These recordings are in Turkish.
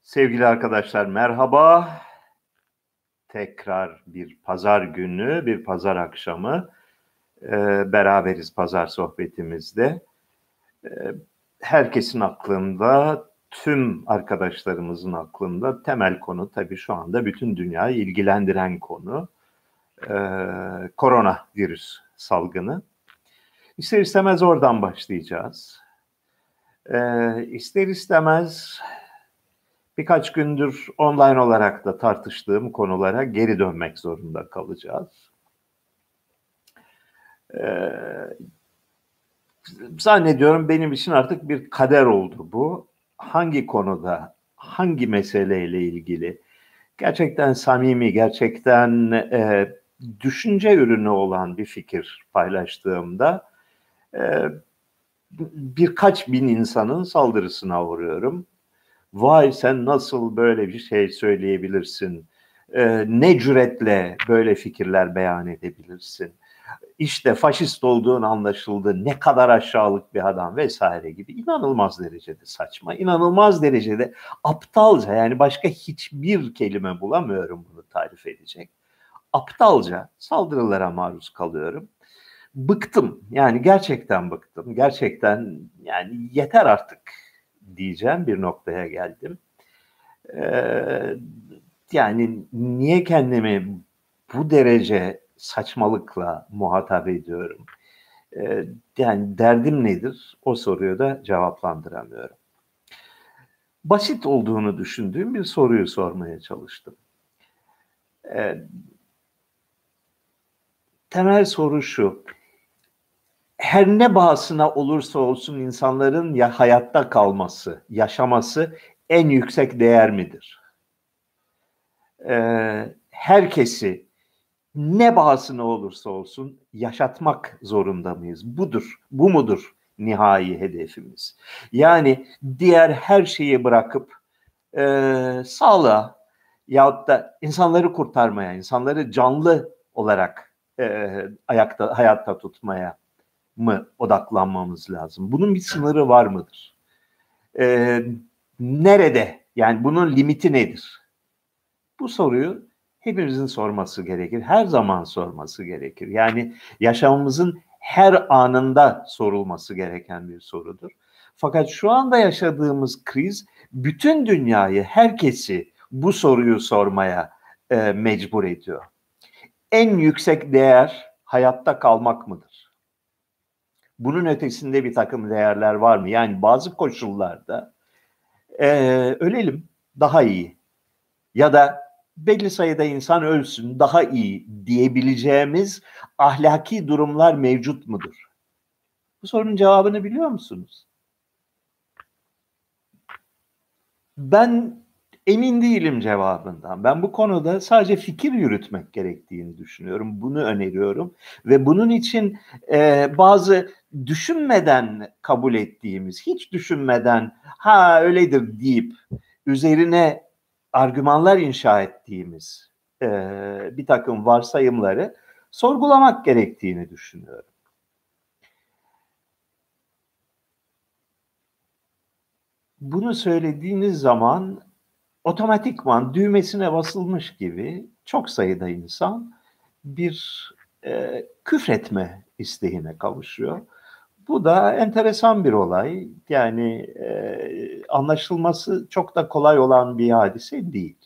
Sevgili arkadaşlar merhaba. Tekrar bir pazar günü, bir pazar akşamı beraberiz pazar sohbetimizde. Herkesin aklında, tüm arkadaşlarımızın aklında temel konu tabii şu anda bütün dünyayı ilgilendiren konu koronavirüs salgını. İster istemez oradan başlayacağız. İster istemez birkaç gündür online olarak da tartıştığım konulara geri dönmek zorunda kalacağız. Zannediyorum benim için artık bir kader oldu bu. Hangi konuda, hangi meseleyle ilgili gerçekten samimi, gerçekten düşünce ürünü olan bir fikir paylaştığımda birkaç bin insanın saldırısına uğruyorum. Vay sen nasıl böyle bir şey söyleyebilirsin? Ne cüretle böyle fikirler beyan edebilirsin? İşte faşist olduğun anlaşıldı, ne kadar aşağılık bir adam vesaire gibi inanılmaz derecede saçma, inanılmaz derecede aptalca, yani başka hiçbir kelime bulamıyorum bunu tarif edecek. Aptalca saldırılara maruz kalıyorum. Bıktım, yani gerçekten bıktım, gerçekten yani yeter artık diyeceğim bir noktaya geldim. Yani niye kendimi bu derece saçmalıkla muhatap ediyorum? Yani derdim nedir? O soruyu da cevaplandıramıyorum. Basit olduğunu düşündüğüm bir soruyu sormaya çalıştım. Temel soru şu: her ne bahasına olursa olsun insanların ya hayatta kalması, yaşaması en yüksek değer midir? Herkesi ne bahasına olursa olsun yaşatmak zorunda mıyız? Bu mudur nihai hedefimiz? Yani diğer her şeyi bırakıp sağlığa yahut da insanları kurtarmaya, insanları canlı olarak hayatta tutmaya mı odaklanmamız lazım? Bunun bir sınırı var mıdır? Nerede? Yani bunun limiti nedir? Bu soruyu hepimizin sorması gerekir. Her zaman sorması gerekir. Yani yaşamımızın her anında sorulması gereken bir sorudur. Fakat şu anda yaşadığımız kriz bütün dünyayı, herkesi bu soruyu sormaya mecbur ediyor. En yüksek değer hayatta kalmak mıdır? Bunun ötesinde bir takım değerler var mı? Yani bazı koşullarda ölelim daha iyi ya da belli sayıda insan ölsün daha iyi diyebileceğimiz ahlaki durumlar mevcut mudur? Bu sorunun cevabını biliyor musunuz? Ben emin değilim cevabından. Ben bu konuda sadece fikir yürütmek gerektiğini düşünüyorum. Bunu öneriyorum ve bunun için bazı düşünmeden kabul ettiğimiz, hiç düşünmeden ha öyledir deyip üzerine argümanlar inşa ettiğimiz bir takım varsayımları sorgulamak gerektiğini düşünüyorum. Bunu söylediğiniz zaman otomatikman düğmesine basılmış gibi çok sayıda insan bir küfretme isteğine kavuşuyor. Bu da enteresan bir olay. Yani anlaşılması çok da kolay olan bir hadise değil.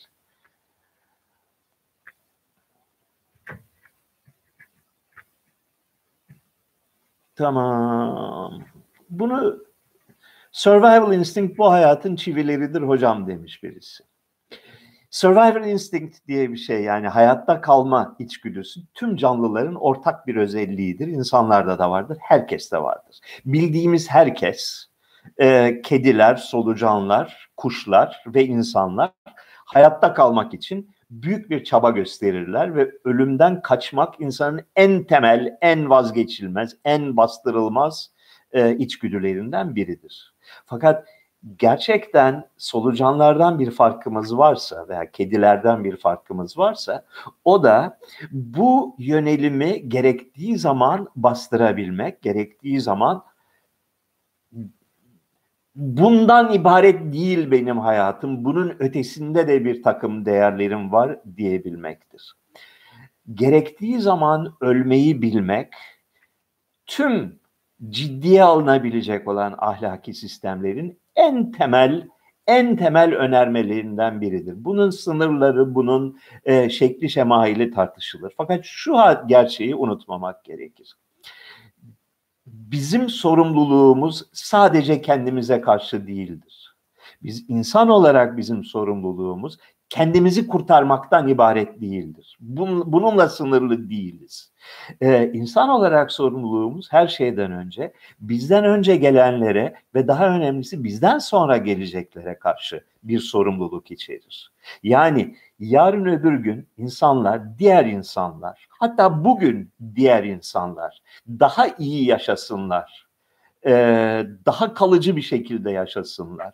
Tamam. Bunu survival instinct bu hayatın çivileridir hocam demiş birisi. Survival instinct diye bir şey, yani hayatta kalma içgüdüsü tüm canlıların ortak bir özelliğidir. İnsanlarda da vardır, herkeste vardır. Bildiğimiz herkes, kediler, solucanlar, kuşlar ve insanlar hayatta kalmak için büyük bir çaba gösterirler ve ölümden kaçmak insanın en temel, en vazgeçilmez, en bastırılmaz içgüdülerinden biridir. Fakat gerçekten solucanlardan bir farkımız varsa veya kedilerden bir farkımız varsa o da bu yönelimi gerektiği zaman bastırabilmek, gerektiği zaman bundan ibaret değil benim hayatım, bunun ötesinde de bir takım değerlerim var diyebilmektir. Gerektiği zaman ölmeyi bilmek, tüm ciddiye alınabilecek olan ahlaki sistemlerin en temel önermelerinden biridir. Bunun sınırları, bunun şekli şemaili tartışılır. Fakat şu gerçeği unutmamak gerekir. Bizim sorumluluğumuz sadece kendimize karşı değildir. Biz insan olarak bizim sorumluluğumuz kendimizi kurtarmaktan ibaret değildir. Bununla sınırlı değiliz. İnsan olarak sorumluluğumuz her şeyden önce bizden önce gelenlere ve daha önemlisi bizden sonra geleceklere karşı bir sorumluluk içerir. Yani yarın öbür gün insanlar, diğer insanlar, hatta bugün diğer insanlar daha iyi yaşasınlar, daha kalıcı bir şekilde yaşasınlar.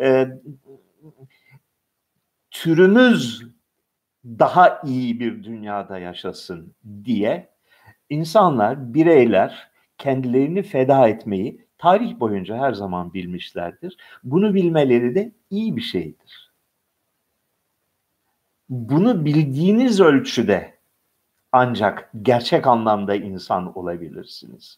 Türümüz daha iyi bir dünyada yaşasın diye insanlar, bireyler kendilerini feda etmeyi tarih boyunca her zaman bilmişlerdir. Bunu bilmeleri de iyi bir şeydir. Bunu bildiğiniz ölçüde ancak gerçek anlamda insan olabilirsiniz.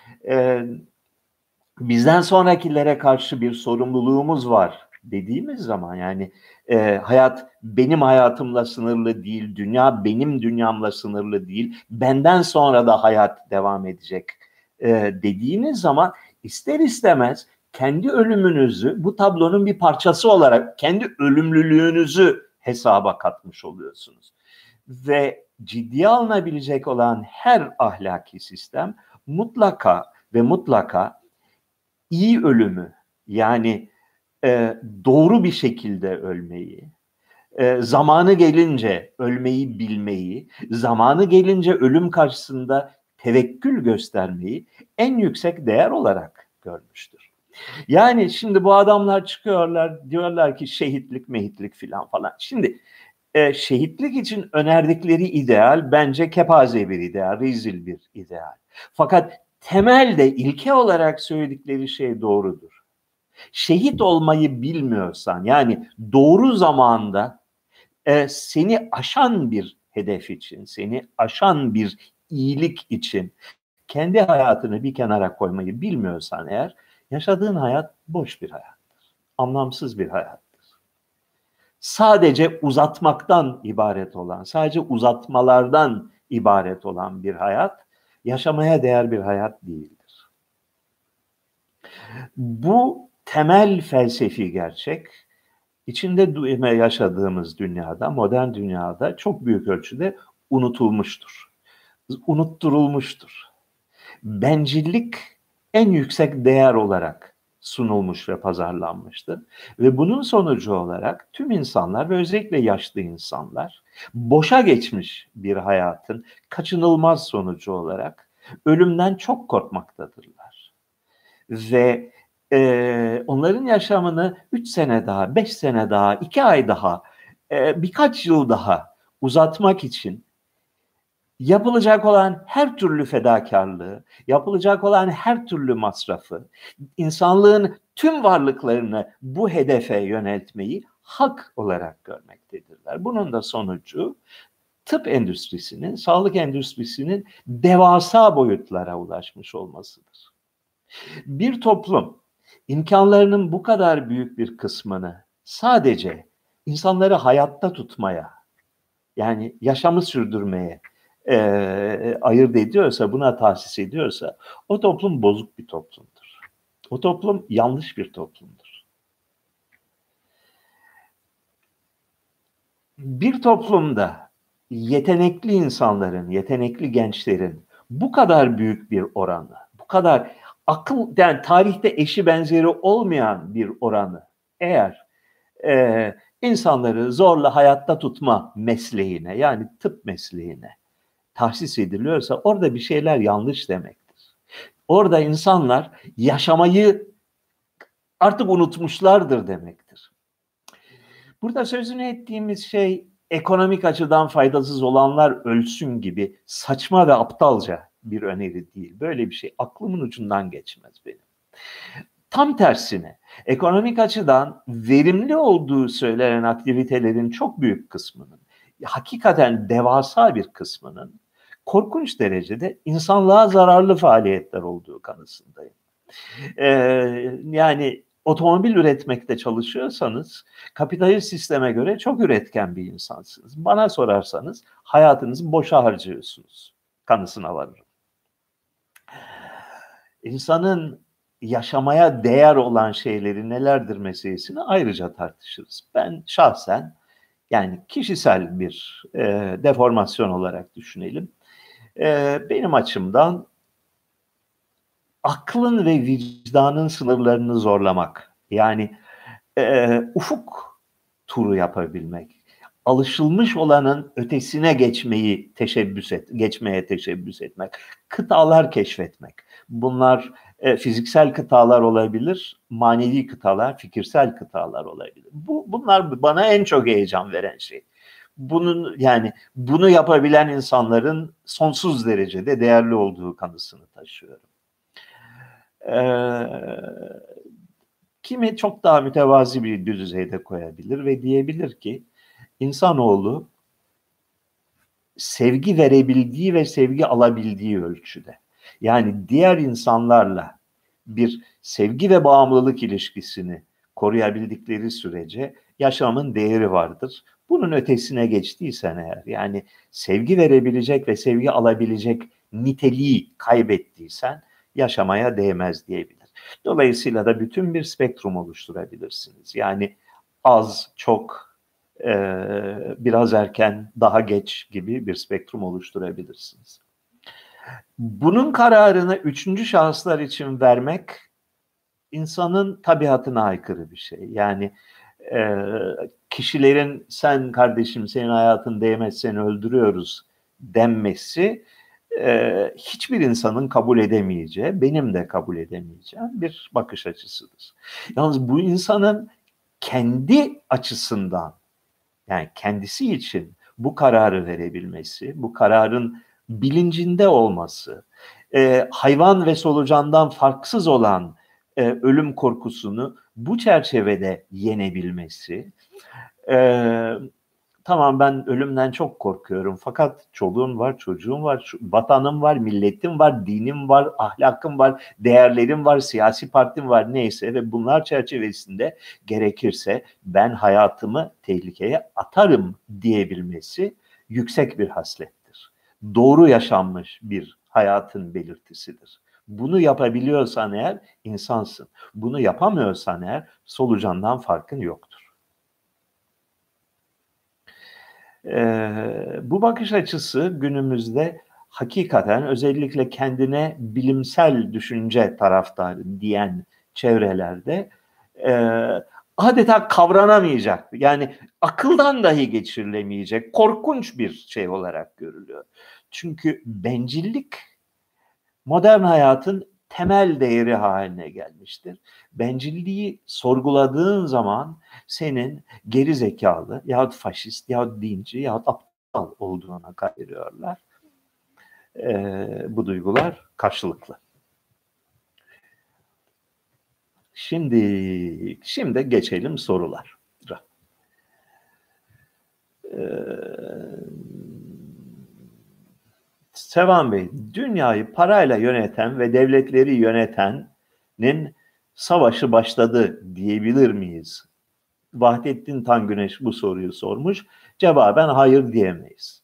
Bizden sonrakilere karşı bir sorumluluğumuz var dediğimiz zaman, yani hayat benim hayatımla sınırlı değil, dünya benim dünyamla sınırlı değil, benden sonra da hayat devam edecek dediğiniz zaman ister istemez kendi ölümünüzü bu tablonun bir parçası olarak, kendi ölümlülüğünüzü hesaba katmış oluyorsunuz. Ve ciddiye alınabilecek olan her ahlaki sistem mutlaka ve mutlaka iyi ölümü, yani doğru bir şekilde ölmeyi, zamanı gelince ölmeyi bilmeyi, zamanı gelince ölüm karşısında tevekkül göstermeyi en yüksek değer olarak görmüştür. Yani şimdi bu adamlar çıkıyorlar, diyorlar ki şehitlik mehitlik filan falan. Şimdi şehitlik için önerdikleri ideal bence kepaze bir ideal, rezil bir ideal. Fakat temelde ilke olarak söyledikleri şey doğrudur. Şehit olmayı bilmiyorsan, yani doğru zamanda seni aşan bir hedef için, seni aşan bir iyilik için kendi hayatını bir kenara koymayı bilmiyorsan eğer, yaşadığın hayat boş bir hayattır. Anlamsız bir hayattır. Sadece uzatmaktan ibaret olan, sadece uzatmalardan ibaret olan bir hayat, yaşamaya değer bir hayat değildir. Bu temel felsefi gerçek, içinde yaşadığımız dünyada, modern dünyada çok büyük ölçüde unutulmuştur. Unutturulmuştur. Bencillik en yüksek değer olarak sunulmuş ve pazarlanmıştır. Ve bunun sonucu olarak tüm insanlar ve özellikle yaşlı insanlar boşa geçmiş bir hayatın kaçınılmaz sonucu olarak ölümden çok korkmaktadırlar. Ve onların yaşamını 3 sene daha, 5 sene daha, 2 ay daha, birkaç yıl daha uzatmak için yapılacak olan her türlü fedakarlığı, yapılacak olan her türlü masrafı, insanlığın tüm varlıklarını bu hedefe yöneltmeyi hak olarak görmektedirler. Bunun da sonucu tıp endüstrisinin, sağlık endüstrisinin devasa boyutlara ulaşmış olmasıdır. Bir toplum imkanlarının bu kadar büyük bir kısmını sadece insanları hayatta tutmaya, yani yaşamı sürdürmeye ayırt ediyorsa, buna tahsis ediyorsa, o toplum bozuk bir toplumdur. O toplum yanlış bir toplumdur. Bir toplumda yetenekli insanların, yetenekli gençlerin bu kadar büyük bir oranı, bu kadar yani tarihte eşi benzeri olmayan bir oranı eğer insanları zorla hayatta tutma mesleğine, yani tıp mesleğine tahsis ediliyorsa orada bir şeyler yanlış demektir. Orada insanlar yaşamayı artık unutmuşlardır demektir. Burada sözünü ettiğimiz şey ekonomik açıdan faydasız olanlar ölsün gibi saçma ve aptalca bir öneri değil. Böyle bir şey aklımın ucundan geçmez benim. Tam tersine ekonomik açıdan verimli olduğu söylenen aktivitelerin çok büyük kısmının, hakikaten devasa bir kısmının korkunç derecede insanlığa zararlı faaliyetler olduğu kanısındayım. Yani otomobil üretmekte çalışıyorsanız kapitalist sisteme göre çok üretken bir insansınız. Bana sorarsanız hayatınızı boşa harcıyorsunuz kanısına varırım. İnsanın yaşamaya değer olan şeyleri nelerdir meselesini ayrıca tartışırız. Ben şahsen, yani kişisel bir deformasyon olarak düşünelim. Benim açımdan aklın ve vicdanın sınırlarını zorlamak, yani ufuk turu yapabilmek, alışılmış olanın ötesine geçmeye teşebbüs etmek, kıtalar keşfetmek. Bunlar fiziksel kıtalar olabilir, manevi kıtalar, fikirsel kıtalar olabilir. Bunlar bana en çok heyecan veren şey. Bunu yapabilen insanların sonsuz derecede değerli olduğu kanısını taşıyorum. Kimi çok daha mütevazi bir düzeyde koyabilir ve diyebilir ki insanoğlu sevgi verebildiği ve sevgi alabildiği ölçüde, yani diğer insanlarla bir sevgi ve bağımlılık ilişkisini koruyabildikleri sürece yaşamın değeri vardır. Bunun ötesine geçtiysen eğer, yani sevgi verebilecek ve sevgi alabilecek niteliği kaybettiysen yaşamaya değmez diyebilir. Dolayısıyla da bütün bir spektrum oluşturabilirsiniz. Yani az, çok, biraz erken, daha geç gibi bir spektrum oluşturabilirsiniz. Bunun kararını üçüncü şahıslar için vermek insanın tabiatına aykırı bir şey. Yani kişilerin sen kardeşim senin hayatın değmez seni öldürüyoruz denmesi hiçbir insanın kabul edemeyeceği, benim de kabul edemeyeceğim bir bakış açısıdır. Yalnız bu insanın kendi açısından, yani kendisi için bu kararı verebilmesi, bu kararın bilincinde olması, hayvan ve solucandan farksız olan ölüm korkusunu bu çerçevede yenebilmesi, tamam ben ölümden çok korkuyorum fakat çoluğum var, çocuğum var, vatanım var, milletim var, dinim var, ahlakım var, değerlerim var, siyasi partim var neyse ve bunlar çerçevesinde gerekirse ben hayatımı tehlikeye atarım diyebilmesi yüksek bir haslettir. Doğru yaşanmış bir hayatın belirtisidir. Bunu yapabiliyorsan eğer insansın. Bunu yapamıyorsan eğer solucandan farkın yoktur. Bu bakış açısı günümüzde hakikaten özellikle kendine bilimsel düşünce taraftarı diyen çevrelerde adeta kavranamayacak, yani akıldan dahi geçirilemeyecek korkunç bir şey olarak görülüyor. Çünkü bencillik modern hayatın temel değeri haline gelmiştir. Bencilliği sorguladığın zaman senin geri zekalı yahut faşist yahut dinci yahut aptal olduğuna karar veriyorlar. Bu duygular karşılıklı. Şimdi geçelim sorulara. Sevan Bey, dünyayı parayla yöneten ve devletleri yönetenin savaşı başladı diyebilir miyiz? Vahdettin Tangüneş bu soruyu sormuş. Cevaben hayır diyemeyiz.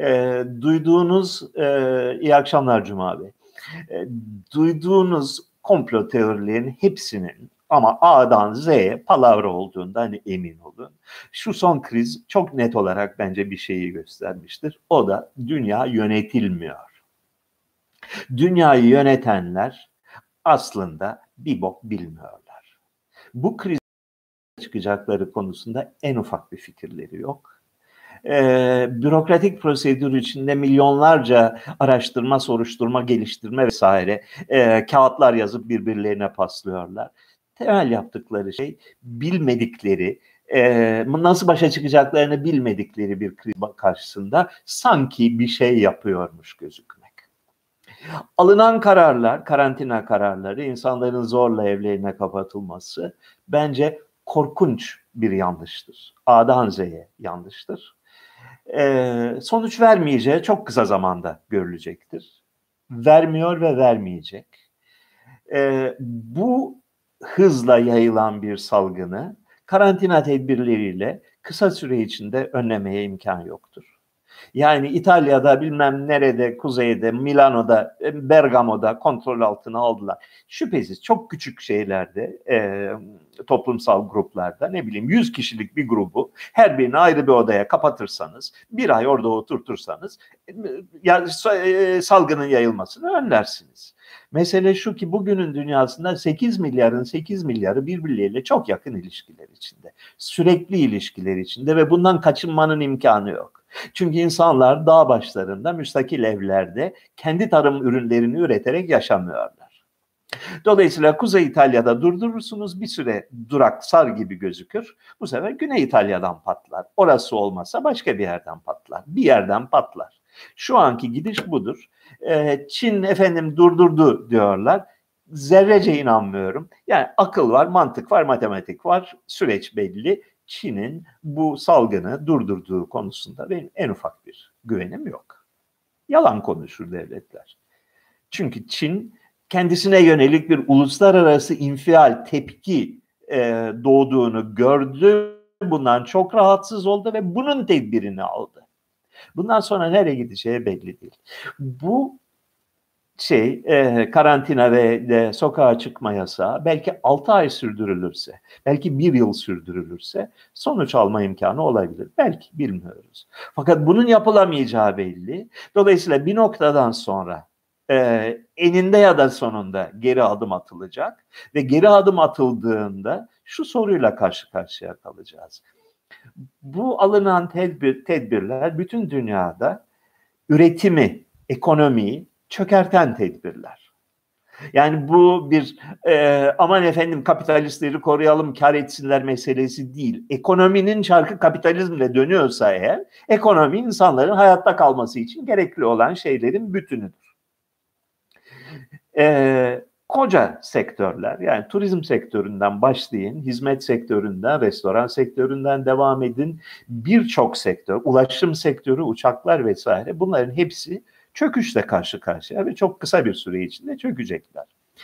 İyi akşamlar Cuma Bey. Duyduğunuz komplo teorilerinin hepsinin ama A'dan Z'ye palavra olduğundan emin olun. Şu son kriz çok net olarak bence bir şeyi göstermiştir. O da dünya yönetilmiyor. Dünyayı yönetenler aslında bir bok bilmiyorlar. Bu kriz çıkacakları konusunda en ufak bir fikirleri yok. Bürokratik prosedür içinde milyonlarca araştırma, soruşturma, geliştirme vesaire kağıtlar yazıp birbirlerine paslıyorlar. Temel yaptıkları şey bilmedikleri, nasıl başa çıkacaklarını bilmedikleri bir kriz karşısında sanki bir şey yapıyormuş gözükmek. Alınan kararlar, karantina kararları, insanların zorla evlerine kapatılması bence korkunç bir yanlıştır. A'dan Z'ye yanlıştır. Sonuç vermeyeceği çok kısa zamanda görülecektir. Vermiyor ve vermeyecek. Bu hızla yayılan bir salgını karantina tedbirleriyle kısa süre içinde önlemeye imkan yoktur. Yani İtalya'da bilmem nerede, kuzeyde, Milano'da, Bergamo'da kontrol altına aldılar. Şüphesiz çok küçük şeylerde, toplumsal gruplarda, ne bileyim 100 kişilik bir grubu her birini ayrı bir odaya kapatırsanız, bir ay orada oturtursanız salgının yayılmasını önlersiniz. Mesele şu ki bugünün dünyasında 8 milyarın 8 milyarı birbirleriyle çok yakın ilişkiler içinde. Sürekli ilişkiler içinde ve bundan kaçınmanın imkanı yok. Çünkü insanlar dağ başlarında, müstakil evlerde kendi tarım ürünlerini üreterek yaşamıyorlar. Dolayısıyla Kuzey İtalya'da durdurursunuz, bir süre duraksar gibi gözükür. Bu sefer Güney İtalya'dan patlar. Orası olmasa başka bir yerden patlar. Bir yerden patlar. Şu anki gidiş budur. Çin efendim durdurdu diyorlar. Zerrece inanmıyorum. Yani akıl var, mantık var, matematik var. Süreç belli. Çin'in bu salgını durdurduğu konusunda benim en ufak bir güvenim yok. Yalan konuşur devletler. Çünkü Çin kendisine yönelik bir uluslararası infial, tepki doğduğunu gördü. Bundan çok rahatsız oldu ve bunun tedbirini aldı. Bundan sonra nereye gideceği belli değil. Bu karantina ve sokağa çıkma yasağı belki 6 ay sürdürülürse, belki 1 yıl sürdürülürse sonuç alma imkanı olabilir. Belki bilmiyoruz. Fakat bunun yapılamayacağı belli. Dolayısıyla bir noktadan sonra eninde ya da sonunda geri adım atılacak ve geri adım atıldığında şu soruyla karşı karşıya kalacağız. Bu alınan tedbirler bütün dünyada üretimi, ekonomiyi çökerten tedbirler. Yani bu bir aman efendim kapitalistleri koruyalım, kar etsinler meselesi değil. Ekonominin çarkı kapitalizmle dönüyorsa eğer, ekonomi insanların hayatta kalması için gerekli olan şeylerin bütünüdür. Koca sektörler, yani turizm sektöründen başlayın, hizmet sektöründen, restoran sektöründen devam edin, birçok sektör, ulaşım sektörü, uçaklar vesaire, bunların hepsi çöküşle karşı karşıya ve çok kısa bir süre içinde çökecekler.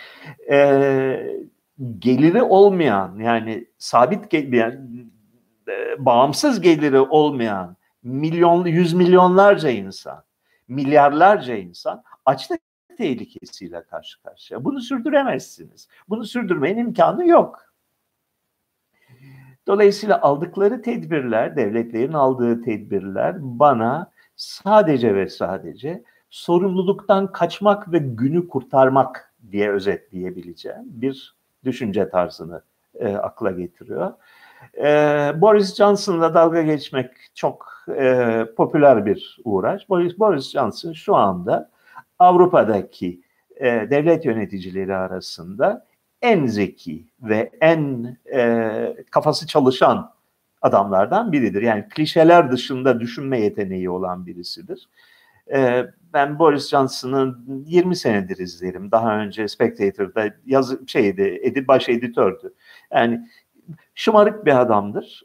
Geliri olmayan, yani sabit bağımsız geliri olmayan yüz milyonlarca insan, milyarlarca insan açlık tehlikesiyle karşı karşıya. Bunu sürdüremezsiniz. Bunu sürdürmenin imkanı yok. Dolayısıyla aldıkları tedbirler, devletlerin aldığı tedbirler bana sadece ve sadece sorumluluktan kaçmak ve günü kurtarmak diye özetleyebileceğim bir düşünce tarzını akla getiriyor. Boris Johnson'la dalga geçmek çok popüler bir uğraş. Boris Johnson şu anda Avrupa'daki devlet yöneticileri arasında en zeki ve en kafası çalışan adamlardan biridir. Yani klişeler dışında düşünme yeteneği olan birisidir. Ben Boris Johnson'ı 20 senedir izlerim. Daha önce Spectator'da baş editördü. Yani şımarık bir adamdır.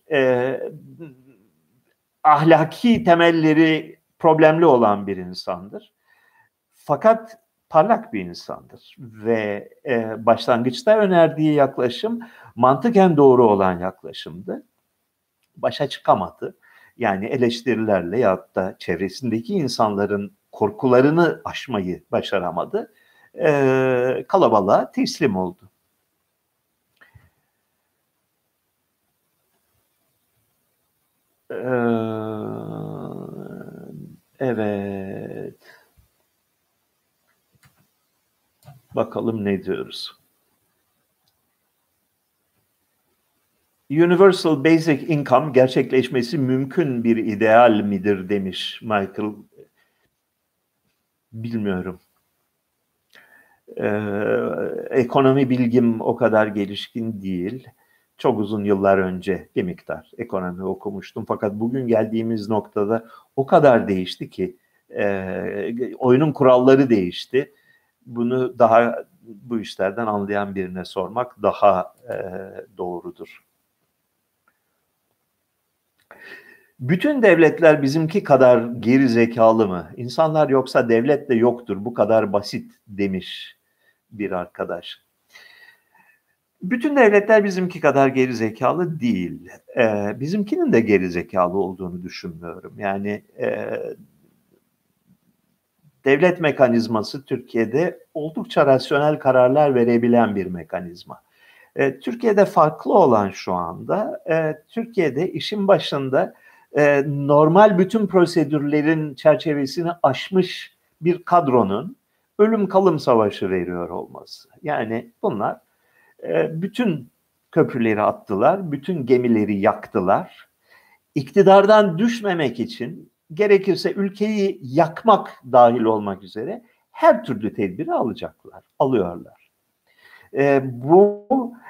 Ahlaki temelleri problemli olan bir insandır. Fakat parlak bir insandır ve başlangıçta önerdiği yaklaşım mantıken doğru olan yaklaşımdı. Başa çıkamadı. Yani eleştirilerle ya da çevresindeki insanların korkularını aşmayı başaramadı. Kalabalığa teslim oldu. Evet. Bakalım ne diyoruz. Universal Basic Income gerçekleşmesi mümkün bir ideal midir demiş Michael. Bilmiyorum. Ekonomi bilgim o kadar gelişkin değil. Çok uzun yıllar önce bir miktar ekonomi okumuştum. Fakat bugün geldiğimiz noktada o kadar değişti ki oyunun kuralları değişti. Bunu daha bu işlerden anlayan birine sormak daha doğrudur. Bütün devletler bizimki kadar geri zekalı mı? İnsanlar yoksa devlet de yoktur. Bu kadar basit demiş bir arkadaş. Bütün devletler bizimki kadar geri zekalı değil. Bizimkinin de geri zekalı olduğunu düşünmüyorum. Yani devlet mekanizması Türkiye'de oldukça rasyonel kararlar verebilen bir mekanizma. Türkiye'de farklı olan şu anda, Türkiye'de işin başında normal bütün prosedürlerin çerçevesini aşmış bir kadronun ölüm kalım savaşı veriyor olması. Yani bunlar bütün köprüleri attılar, bütün gemileri yaktılar. İktidardan düşmemek için gerekirse ülkeyi yakmak dahil olmak üzere her türlü tedbiri alıyorlar. Bu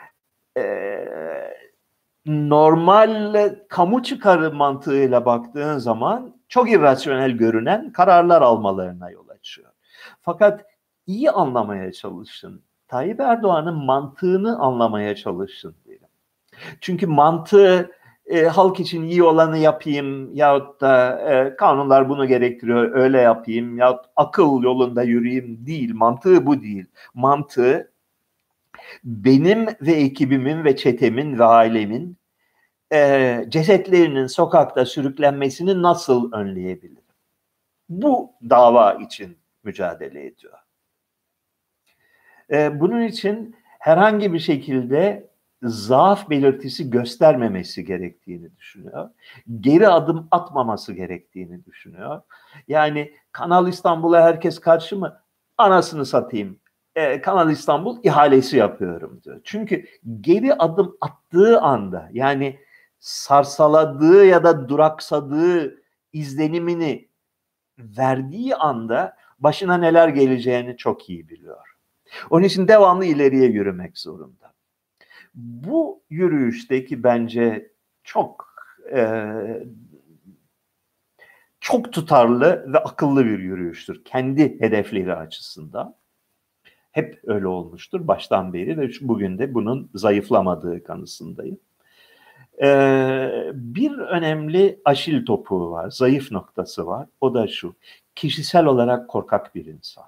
normal kamu çıkarı mantığıyla baktığın zaman çok irrasyonel görünen kararlar almalarına yol açıyor. Fakat iyi anlamaya çalışın. Tayyip Erdoğan'ın mantığını anlamaya çalışın diyelim. Çünkü mantığı halk için iyi olanı yapayım yahut da kanunlar bunu gerektiriyor öyle yapayım yahut akıl yolunda yürüyeyim değil. Mantığı bu değil. Mantığı benim ve ekibimin ve çetemin ve ailemin cesetlerinin sokakta sürüklenmesini nasıl önleyebilirim? Bu dava için mücadele ediyor. Bunun için herhangi bir şekilde zaaf belirtisi göstermemesi gerektiğini düşünüyor. Geri adım atmaması gerektiğini düşünüyor. Yani Kanal İstanbul'a herkes karşı mı? Anasını satayım. Kanal İstanbul ihalesi yapıyorum diyor. Çünkü geri adım attığı anda yani sarsaladığı ya da duraksadığı izlenimini verdiği anda başına neler geleceğini çok iyi biliyor. Onun için devamlı ileriye yürümek zorunda. Bu yürüyüşteki bence çok tutarlı ve akıllı bir yürüyüştür. Kendi hedefleri açısından. Hep öyle olmuştur baştan beri ve bugün de bunun zayıflamadığı kanısındayım. Bir önemli aşil topuğu var, zayıf noktası var. O da şu, kişisel olarak korkak bir insan.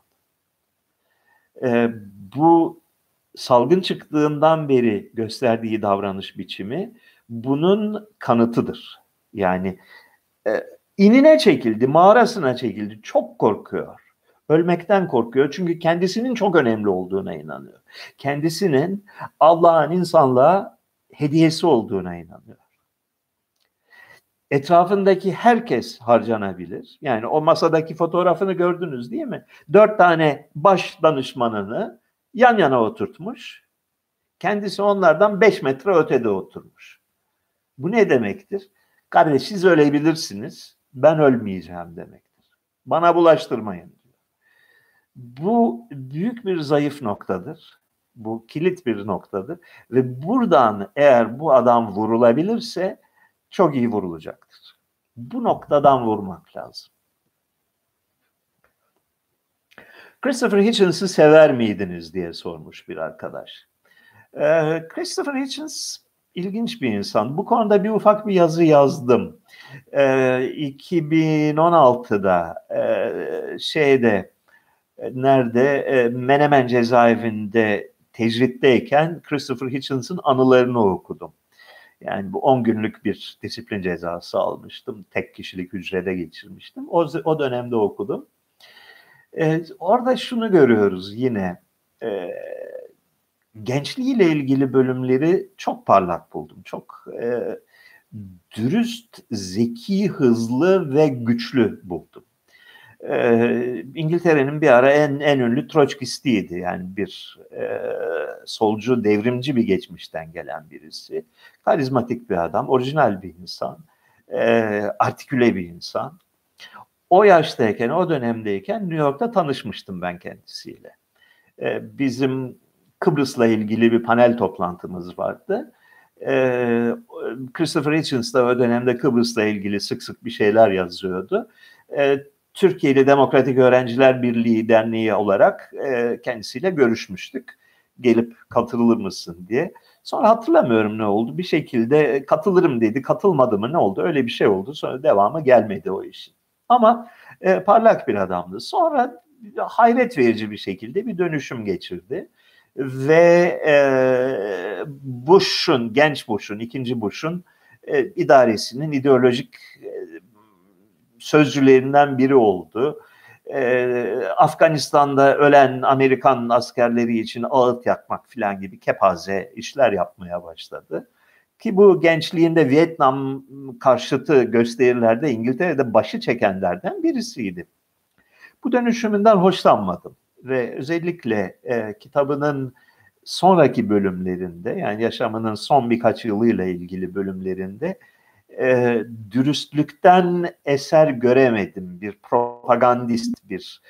Bu salgın çıktığından beri gösterdiği davranış biçimi bunun kanıtıdır. Yani inine çekildi, mağarasına çekildi, çok korkuyor. Ölmekten korkuyor çünkü kendisinin çok önemli olduğuna inanıyor. Kendisinin Allah'ın insanlığa hediyesi olduğuna inanıyor. Etrafındaki herkes harcanabilir. Yani o masadaki fotoğrafını gördünüz değil mi? 4 tane baş danışmanını yan yana oturtmuş. Kendisi onlardan 5 metre ötede oturmuş. Bu ne demektir? Kardeş siz ölebilirsiniz, ben ölmeyeceğim demektir. Bana bulaştırmayın diyor. Bu büyük bir zayıf noktadır. Bu kilit bir noktadır. Ve buradan eğer bu adam vurulabilirse çok iyi vurulacaktır. Bu noktadan vurmak lazım. Christopher Hitchens'ı sever miydiniz diye sormuş bir arkadaş. Christopher Hitchens ilginç bir insan. Bu konuda bir ufak bir yazı yazdım. 2016'da Menemen cezaevinde tecritteyken Christopher Hitchens'ın anılarını okudum. Yani bu 10 günlük bir disiplin cezası almıştım. Tek kişilik hücrede geçirmiştim. O dönemde okudum. Orada şunu görüyoruz yine. Gençliğiyle ilgili bölümleri çok parlak buldum. Çok dürüst, zeki, hızlı ve güçlü buldum. İngiltere'nin bir ara en ünlü Troçkistiydi. Yani bir solcu, devrimci bir geçmişten gelen birisi. Karizmatik bir adam, orijinal bir insan, artiküle bir insan. O yaştayken, o dönemdeyken New York'ta tanışmıştım ben kendisiyle. Bizim Kıbrıs'la ilgili bir panel toplantımız vardı. Christopher Hitchens da o dönemde Kıbrıs'la ilgili sık sık bir şeyler yazıyordu. Türkiye'li Demokratik Öğrenciler Birliği Derneği olarak kendisiyle görüşmüştük. Gelip katılır mısın diye. Sonra hatırlamıyorum ne oldu. Bir şekilde katılırım dedi. Katılmadı mı ne oldu? Öyle bir şey oldu. Sonra devamı gelmedi o işin. Ama parlak bir adamdı. Sonra hayret verici bir şekilde bir dönüşüm geçirdi. Ve Bush'un, genç Bush'un, ikinci Bush'un idaresinin ideolojik sözcülerinden biri oldu. Afganistan'da ölen Amerikan askerleri için ağıt yakmak falan gibi kepaze işler yapmaya başladı. Ki bu gençliğinde Vietnam karşıtı gösterilerde İngiltere'de başı çekenlerden birisiydi. Bu dönüşümünden hoşlanmadım ve özellikle kitabının sonraki bölümlerinde, yani yaşamının son birkaç yılıyla ilgili bölümlerinde dürüstlükten eser göremedim. Bir propagandist,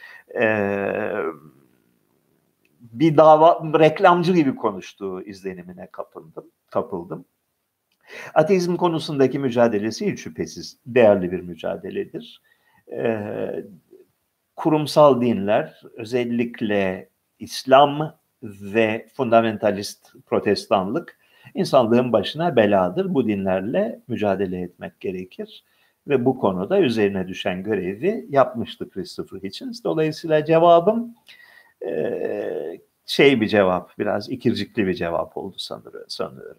bir dava reklamcı gibi konuştuğu izlenimine kapıldım. Ateizm konusundaki mücadelesi hiç şüphesiz değerli bir mücadeledir. Kurumsal dinler, özellikle İslam ve fundamentalist protestanlık insanlığın başına beladır. Bu dinlerle mücadele etmek gerekir. Ve bu konuda üzerine düşen görevi yapmıştı Christopher Hitchens. Dolayısıyla cevabım bir cevap, biraz ikircikli bir cevap oldu sanıyorum.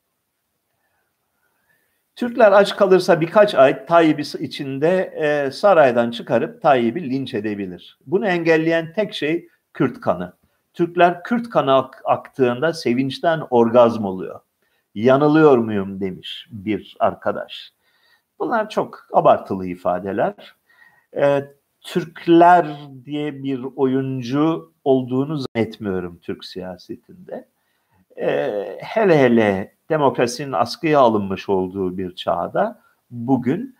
Türkler aç kalırsa birkaç ay Tayyip'i içinde saraydan çıkarıp Tayyip'i linç edebilir. Bunu engelleyen tek şey Kürt kanı. Türkler Kürt kanı aktığında sevinçten orgazm oluyor. Yanılıyor muyum demiş bir arkadaş. Bunlar çok abartılı ifadeler. Türkler diye bir oyuncu olduğunu zannetmiyorum Türk siyasetinde. Hele hele demokrasinin askıya alınmış olduğu bir çağda bugün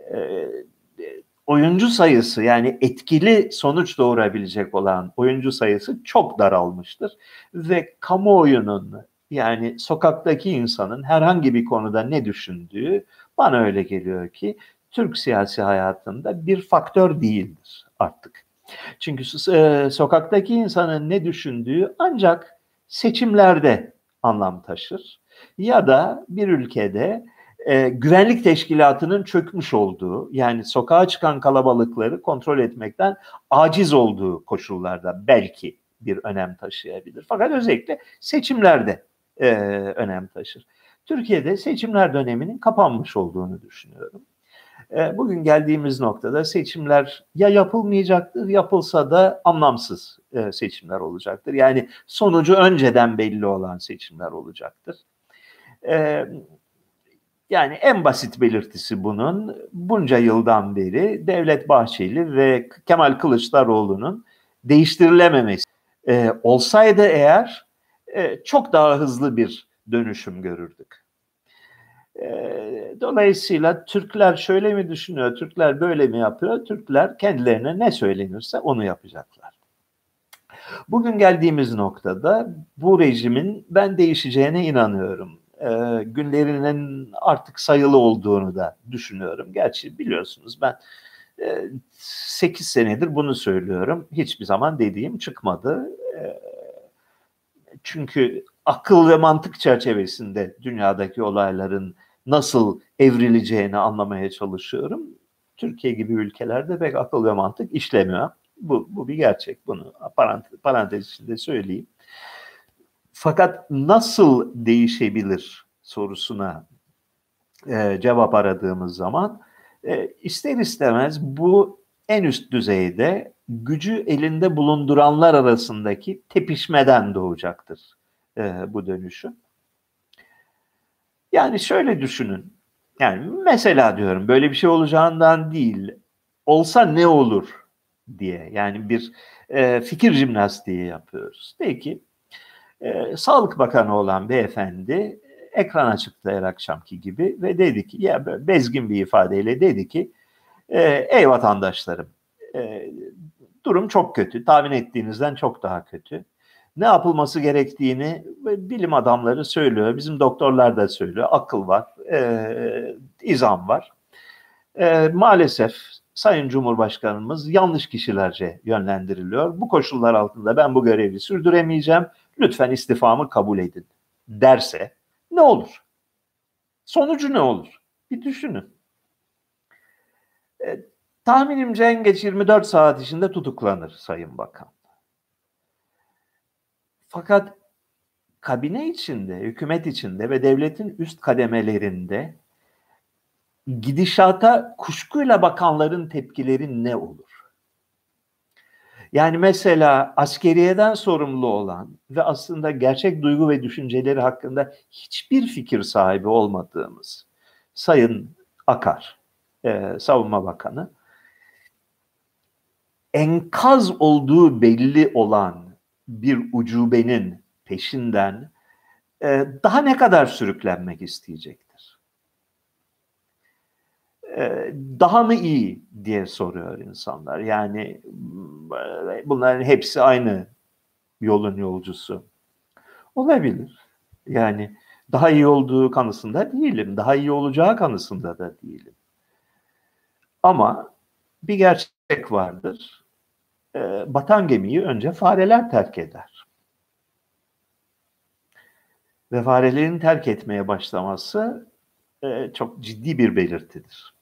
oyuncu sayısı, yani etkili sonuç doğurabilecek olan oyuncu sayısı çok daralmıştır. Ve kamuoyunun, yani sokaktaki insanın herhangi bir konuda ne düşündüğü bana öyle geliyor ki Türk siyasi hayatında bir faktör değildir artık. Çünkü sokaktaki insanın ne düşündüğü ancak seçimlerde anlam taşır. Ya da bir ülkede güvenlik teşkilatının çökmüş olduğu, yani sokağa çıkan kalabalıkları kontrol etmekten aciz olduğu koşullarda belki bir önem taşıyabilir. Fakat özellikle seçimlerde önem taşır. Türkiye'de seçimler döneminin kapanmış olduğunu düşünüyorum. Bugün geldiğimiz noktada seçimler ya yapılmayacaktır, yapılsa da anlamsız seçimler olacaktır. Yani sonucu önceden belli olan seçimler olacaktır. Yani en basit belirtisi bunun, bunca yıldan beri Devlet Bahçeli ve Kemal Kılıçdaroğlu'nun değiştirilememesi olsaydı eğer çok daha hızlı bir dönüşüm görürdük. Dolayısıyla Türkler şöyle mi düşünüyor, Türkler böyle mi yapıyor? Türkler kendilerine ne söylenirse onu yapacaklar. Bugün geldiğimiz noktada bu rejimin ben değişeceğine inanıyorum. Günlerinin artık sayılı olduğunu da düşünüyorum. Gerçi biliyorsunuz ben 8 senedir bunu söylüyorum. Hiçbir zaman dediğim çıkmadı. Çünkü akıl ve mantık çerçevesinde dünyadaki olayların nasıl evrileceğini anlamaya çalışıyorum. Türkiye gibi ülkelerde pek akıl ve mantık işlemiyor. Bu bir gerçek. Bunu parantez içinde söyleyeyim. Fakat nasıl değişebilir sorusuna cevap aradığımız zaman ister istemez bu en üst düzeyde gücü elinde bulunduranlar arasındaki tepişmeden doğacaktır bu dönüşüm. Yani şöyle düşünün. Yani mesela diyorum böyle bir şey olacağından değil, olsa ne olur diye, yani bir fikir jimnastiği yapıyoruz. Peki Sağlık Bakanı olan beyefendi ekrana çıktı her akşamki gibi ve dedi ki, ya böyle bezgin bir ifadeyle dedi ki ey vatandaşlarım, durum çok kötü, tahmin ettiğinizden çok daha kötü. Ne yapılması gerektiğini bilim adamları söylüyor, bizim doktorlar da söylüyor, akıl var, izan var. Maalesef Sayın Cumhurbaşkanımız yanlış kişilerce yönlendiriliyor. Bu koşullar altında ben bu görevi sürdüremeyeceğim. Lütfen istifamı kabul edin derse ne olur? Sonucu ne olur? Bir düşünün. Tahminimce en geç 24 saat içinde tutuklanır Sayın Bakan. Fakat kabine içinde, hükümet içinde ve devletin üst kademelerinde gidişata kuşkuyla bakanların tepkileri ne olur? Yani mesela askeriyeden sorumlu olan ve aslında gerçek duygu ve düşünceleri hakkında hiçbir fikir sahibi olmadığımız Sayın Akar, Savunma Bakanı, enkaz olduğu belli olan bir ucubenin peşinden daha ne kadar sürüklenmek isteyecektir? Daha mı iyi diye soruyor insanlar. Yani bunların hepsi aynı yolun yolcusu. Olabilir. Yani daha iyi olduğu kanısında değilim. Daha iyi olacağı kanısında da değilim. Ama bir gerçek vardır. Batan gemiyi önce fareler terk eder. Ve farelerin terk etmeye başlaması çok ciddi bir belirtidir.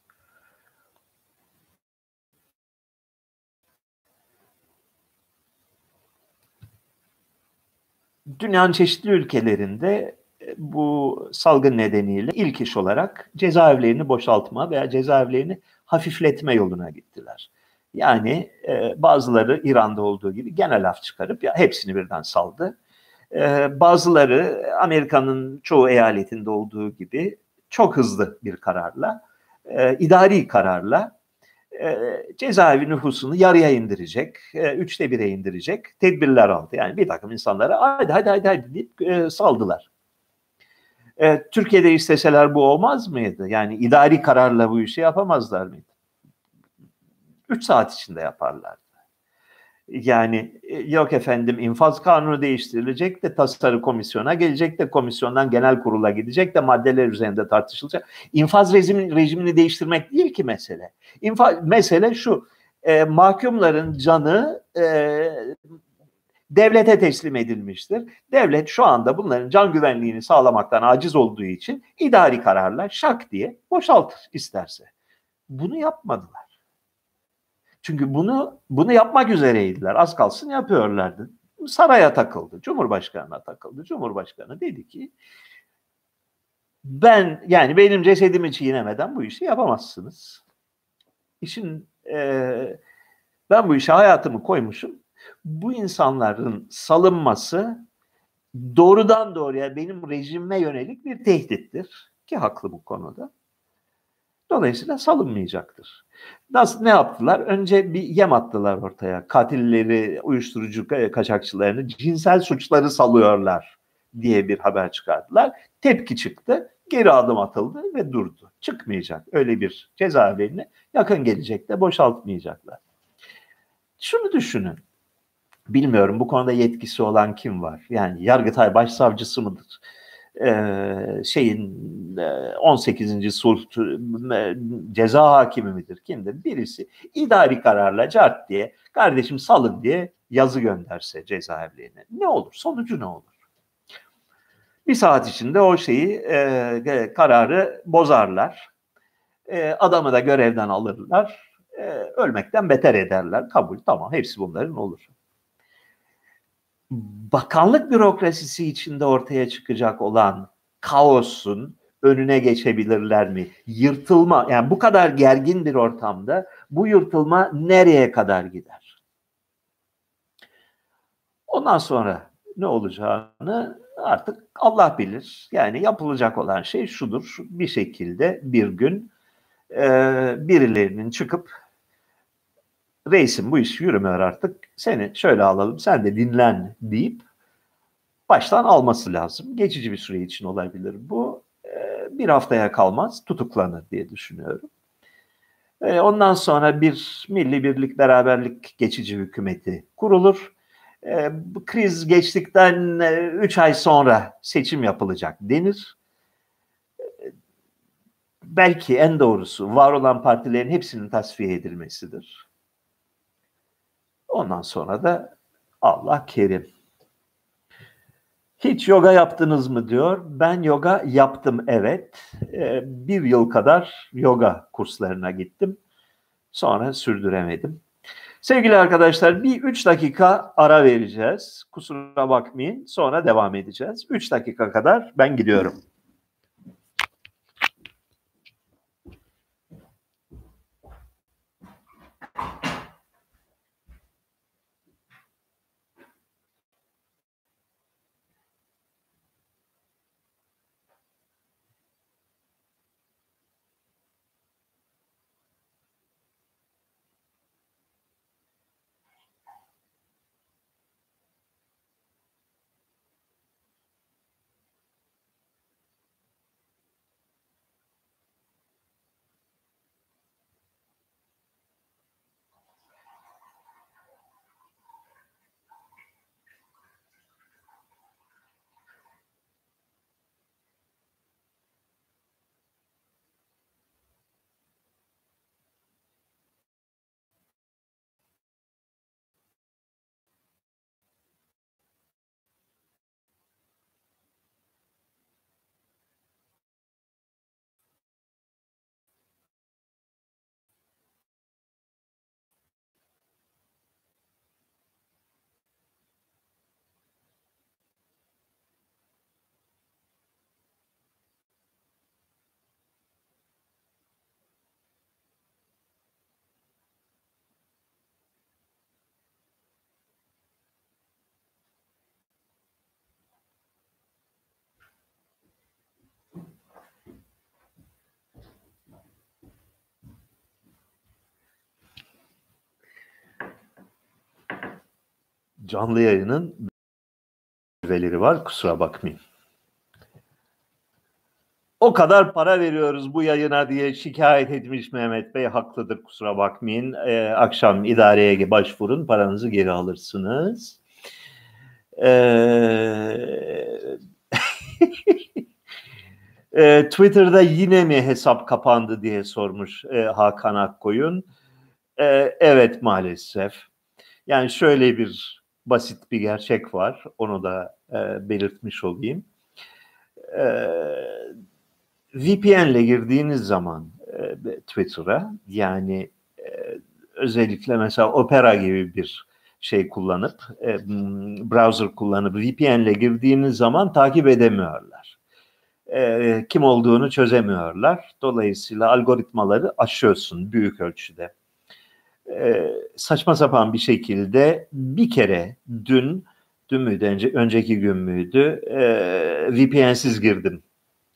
Dünyanın çeşitli ülkelerinde bu salgın nedeniyle ilk iş olarak cezaevlerini boşaltma veya cezaevlerini hafifletme yoluna gittiler. Yani bazıları İran'da olduğu gibi genel af çıkarıp ya hepsini birden saldı. Bazıları Amerika'nın çoğu eyaletinde olduğu gibi çok hızlı bir kararla, idari kararla cezaevi nüfusunu yarıya indirecek, 1/3'e indirecek tedbirler aldı. Yani bir takım insanlara hadi deyip saldılar. Türkiye'de isteseler bu olmaz mıydı? Yani idari kararla bu işi yapamazlar mıydı? 3 saat içinde yaparlardı. Yani yok efendim infaz kanunu değiştirilecek de tasarı komisyona gelecek de komisyondan genel kurula gidecek de maddeler üzerinde tartışılacak. İnfaz rejimini değiştirmek değil ki mesele. Mesele şu, mahkumların canı devlete teslim edilmiştir. Devlet şu anda bunların can güvenliğini sağlamaktan aciz olduğu için idari kararla şak diye boşaltır isterse. Bunu yapmadılar. Çünkü bunu yapmak üzereydiler. Az kalsın yapıyorlardı. Saraya takıldı. Cumhurbaşkanına takıldı. Cumhurbaşkanı dedi ki benim cesedimi çiğnemeden bu işi yapamazsınız. Ben bu işe hayatımı koymuşum. Bu insanların salınması doğrudan doğruya benim rejime yönelik bir tehdittir. Ki haklı bu konuda. Dolayısıyla salınmayacaktır. Ne yaptılar? Önce bir yem attılar ortaya. Katilleri, uyuşturucu kaçakçılarını, cinsel suçları salıyorlar diye bir haber çıkardılar. Tepki çıktı, geri adım atıldı ve durdu. Çıkmayacak. Öyle bir cezaevlerini yakın gelecekte boşaltmayacaklar. Şunu düşünün. Bilmiyorum bu konuda yetkisi olan kim var? Yani Yargıtay Başsavcısı mıdır? 18. sulh ceza hakimi midir? Kimdir? Birisi idari kararla cart diye kardeşim salın diye yazı gönderse cezaevlerine. Ne olur? Sonucu ne olur? Bir saat içinde o kararı bozarlar. Adamı da görevden alırlar. Ölmekten beter ederler. Kabul. Tamam. Hepsi bunların olur. Bakanlık bürokrasisi içinde ortaya çıkacak olan kaosun önüne geçebilirler mi? Yırtılma, yani bu kadar gergin bir ortamda bu yırtılma nereye kadar gider? Ondan sonra ne olacağını artık Allah bilir. Yani yapılacak olan şey şudur. Bir şekilde bir gün birilerinin çıkıp reisim bu iş yürümüyor artık. Seni şöyle alalım, sen de dinlen deyip baştan alması lazım. Geçici bir süre için olabilir bu. Bir haftaya kalmaz, tutuklanır diye düşünüyorum. Ondan sonra bir milli birlik beraberlik geçici hükümeti kurulur. Bu kriz geçtikten 3 ay sonra seçim yapılacak denir. belki en doğrusu var olan partilerin hepsinin tasfiye edilmesidir. Ondan sonra da Allah kerim. Hiç yoga yaptınız mı diyor. Ben yoga yaptım, evet. 1 yıl kadar yoga kurslarına gittim. Sonra sürdüremedim. Sevgili arkadaşlar, bir 3 dakika ara vereceğiz. Kusura bakmayın. Sonra devam edeceğiz. 3 dakika kadar ben gidiyorum. Canlı yayının üyeleri var, kusura bakmayın. O kadar para veriyoruz bu yayına diye şikayet etmiş Mehmet Bey, haklıdır, kusura bakmayın. Akşam idareye başvurun, paranızı geri alırsınız. Twitter'da yine mi hesap kapandı diye sormuş Hakan Akkoyun. Evet, maalesef. Yani şöyle bir basit bir gerçek var. Onu da belirtmiş olayım. VPN'le girdiğiniz zaman Twitter'a, yani özellikle mesela Opera gibi bir şey kullanıp, browser kullanıp VPN'le girdiğiniz zaman takip edemiyorlar. Kim olduğunu çözemiyorlar. Dolayısıyla algoritmaları aşıyorsun büyük ölçüde. Saçma sapan bir şekilde bir kere dün müydü, önceki gün müydü, VPN'siz girdim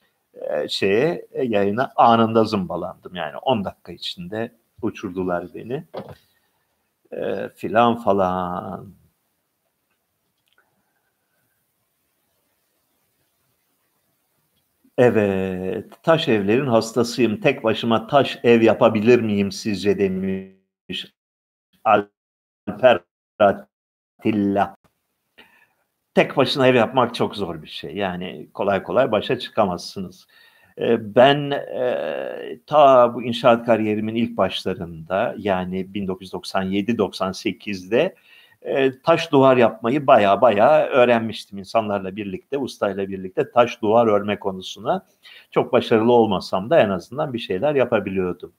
yayına, anında zımbalandım. Yani 10 dakika içinde uçurdular beni. Filan falan. Evet, taş evlerin hastasıyım. Tek başıma taş ev yapabilir miyim sizce, demiş Alper Atilla. Tek başına ev yapmak çok zor bir şey. Yani kolay kolay başa çıkamazsınız. Ben ta bu inşaat kariyerimin ilk başlarında, yani 1997-98'de taş duvar yapmayı baya öğrenmiştim. İnsanlarla birlikte, ustayla birlikte taş duvar örme konusuna çok başarılı olmasam da en azından bir şeyler yapabiliyordum.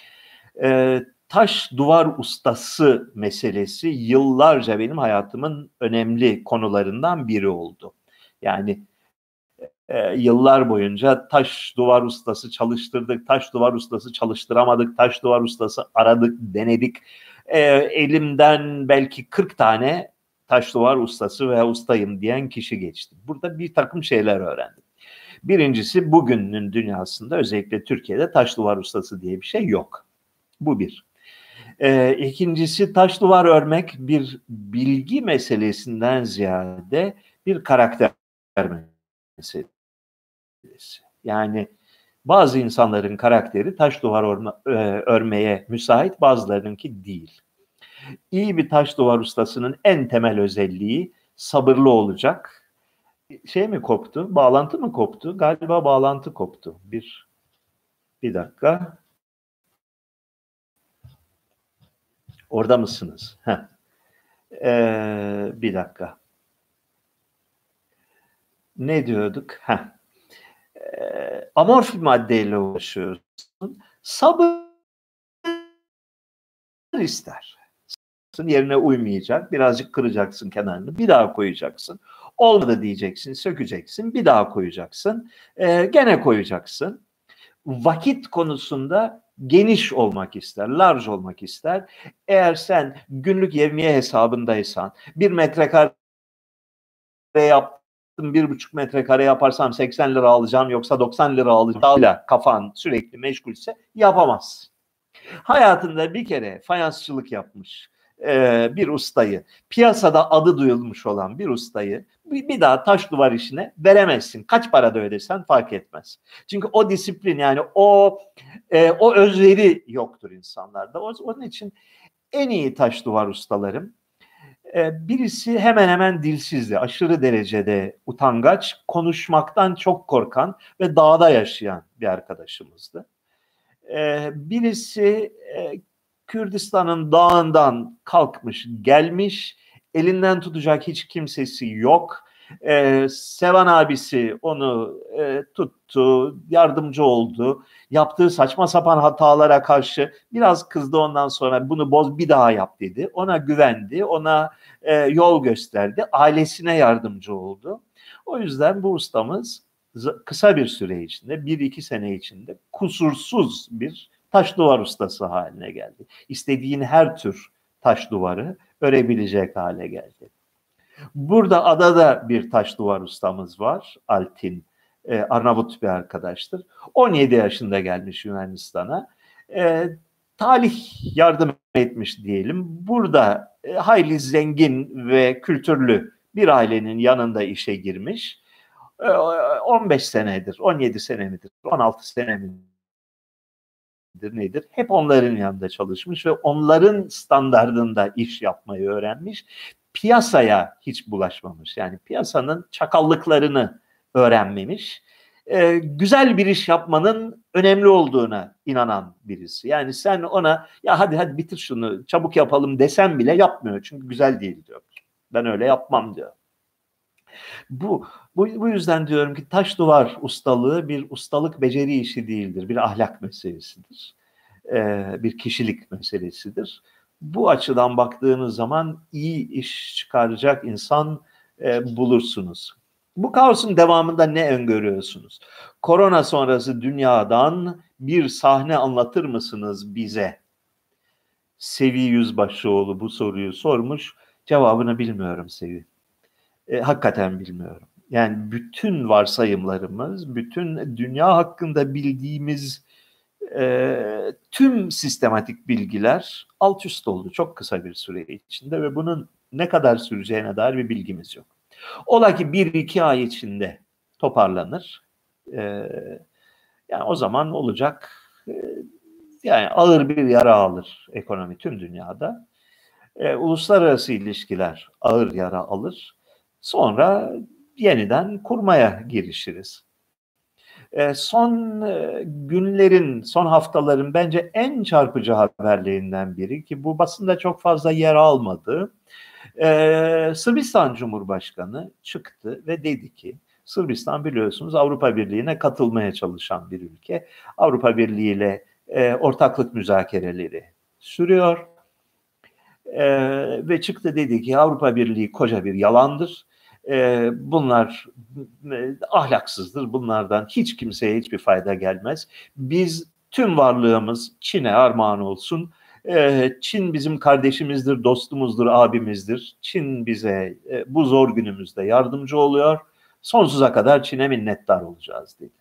Taş duvar ustası meselesi yıllarca benim hayatımın önemli konularından biri oldu. Yani yıllar boyunca taş duvar ustası çalıştırdık, taş duvar ustası çalıştıramadık, taş duvar ustası aradık, denedik. Elimden belki 40 tane taş duvar ustası veya ustayım diyen kişi geçti. Burada bir takım şeyler öğrendim. Birincisi, bugünün dünyasında, özellikle Türkiye'de taş duvar ustası diye bir şey yok. Bu bir. İkincisi, taş duvar örmek bir bilgi meselesinden ziyade bir karakter meselesi. Yani bazı insanların karakteri taş duvar örmeye müsait, bazılarınınki değil. İyi bir taş duvar ustasının en temel özelliği sabırlı olacak. Şey mi koptu? Bağlantı mı koptu? Galiba bağlantı koptu. Bir dakika. Orada mısınız? Bir dakika. Ne diyorduk? Amorf maddeyle uğraşıyorsun. Sabır ister. Yerine uymayacak. Birazcık kıracaksın kenarını. Bir daha koyacaksın. Olmadı diyeceksin. Sökeceksin. Bir daha koyacaksın. Gene koyacaksın. Vakit konusunda geniş olmak ister. Large olmak ister. Eğer sen günlük yevmiye hesabındaysan 1 metrekare yaptım, 1,5 metrekare yaparsam 80 lira alacağım yoksa 90 lira alacağım. Kafan sürekli meşgulse yapamazsın. Hayatında bir kere fayansçılık yapmış bir ustayı, piyasada adı duyulmuş olan bir ustayı bir daha taş duvar işine veremezsin. Kaç para da ödesen fark etmez. Çünkü o disiplin, yani o özveri yoktur insanlarda. Onun için en iyi taş duvar ustalarım, birisi hemen hemen dilsizdi, aşırı derecede utangaç, konuşmaktan çok korkan ve dağda yaşayan bir arkadaşımızdı. Birisi Kürdistan'ın dağından kalkmış, gelmiş, elinden tutacak hiç kimsesi yok. Sevan abisi onu tuttu, yardımcı oldu. Yaptığı saçma sapan hatalara karşı biraz kızdı, ondan sonra bunu boz, bir daha yap dedi. Ona güvendi, ona yol gösterdi, ailesine yardımcı oldu. O yüzden bu ustamız kısa bir süre içinde, 1-2 sene içinde kusursuz bir taş duvar ustası haline geldi. İstediğin her tür taş duvarı örebilecek hale geldi. Burada adada bir taş duvar ustamız var, Altin. Arnavut bir arkadaştır. 17 yaşında gelmiş Yunanistan'a. Talih yardım etmiş diyelim. Burada hayli zengin ve kültürlü bir ailenin yanında işe girmiş. 15 senedir, 17 sene midir, 16 sene midir nedir? Hep onların yanında çalışmış ve onların standardında iş yapmayı öğrenmiş. Piyasaya hiç bulaşmamış. Yani piyasanın çakallıklarını öğrenmemiş. Güzel bir iş yapmanın önemli olduğuna inanan birisi. Yani sen ona ya hadi bitir şunu çabuk yapalım desen bile yapmıyor. Çünkü güzel değil diyor. Ben öyle yapmam diyor. Bu yüzden diyorum ki taş duvar ustalığı bir ustalık beceri işi değildir. Bir ahlak meselesidir. Bir kişilik meselesidir. Bu açıdan baktığınız zaman iyi iş çıkaracak insan bulursunuz. Bu kaosun devamında ne öngörüyorsunuz? Korona sonrası dünyadan bir sahne anlatır mısınız bize? Sevi Yüzbaşıoğlu bu soruyu sormuş. Cevabını bilmiyorum Sevi. Hakikaten bilmiyorum. Yani bütün varsayımlarımız, bütün dünya hakkında bildiğimiz tüm sistematik bilgiler alt üst oldu çok kısa bir süre içinde ve bunun ne kadar süreceğine dair bir bilgimiz yok. Ola ki 1-2 ay içinde toparlanır. Yani o zaman olacak, yani ağır bir yara alır ekonomi tüm dünyada. Uluslararası ilişkiler ağır yara alır. Sonra yeniden kurmaya girişiriz. Son günlerin, son haftaların bence en çarpıcı haberlerinden biri ki bu basında çok fazla yer almadı. Sırbistan Cumhurbaşkanı çıktı ve dedi ki, Sırbistan biliyorsunuz Avrupa Birliği'ne katılmaya çalışan bir ülke. Avrupa Birliği ile ortaklık müzakereleri sürüyor. Ve çıktı dedi ki Avrupa Birliği koca bir yalandır. Bunlar ahlaksızdır. Bunlardan hiç kimseye hiçbir fayda gelmez. Biz tüm varlığımız Çin'e armağan olsun. Çin bizim kardeşimizdir, dostumuzdur, abimizdir. Çin bize bu zor günümüzde yardımcı oluyor. Sonsuza kadar Çin'e minnettar olacağız dedi.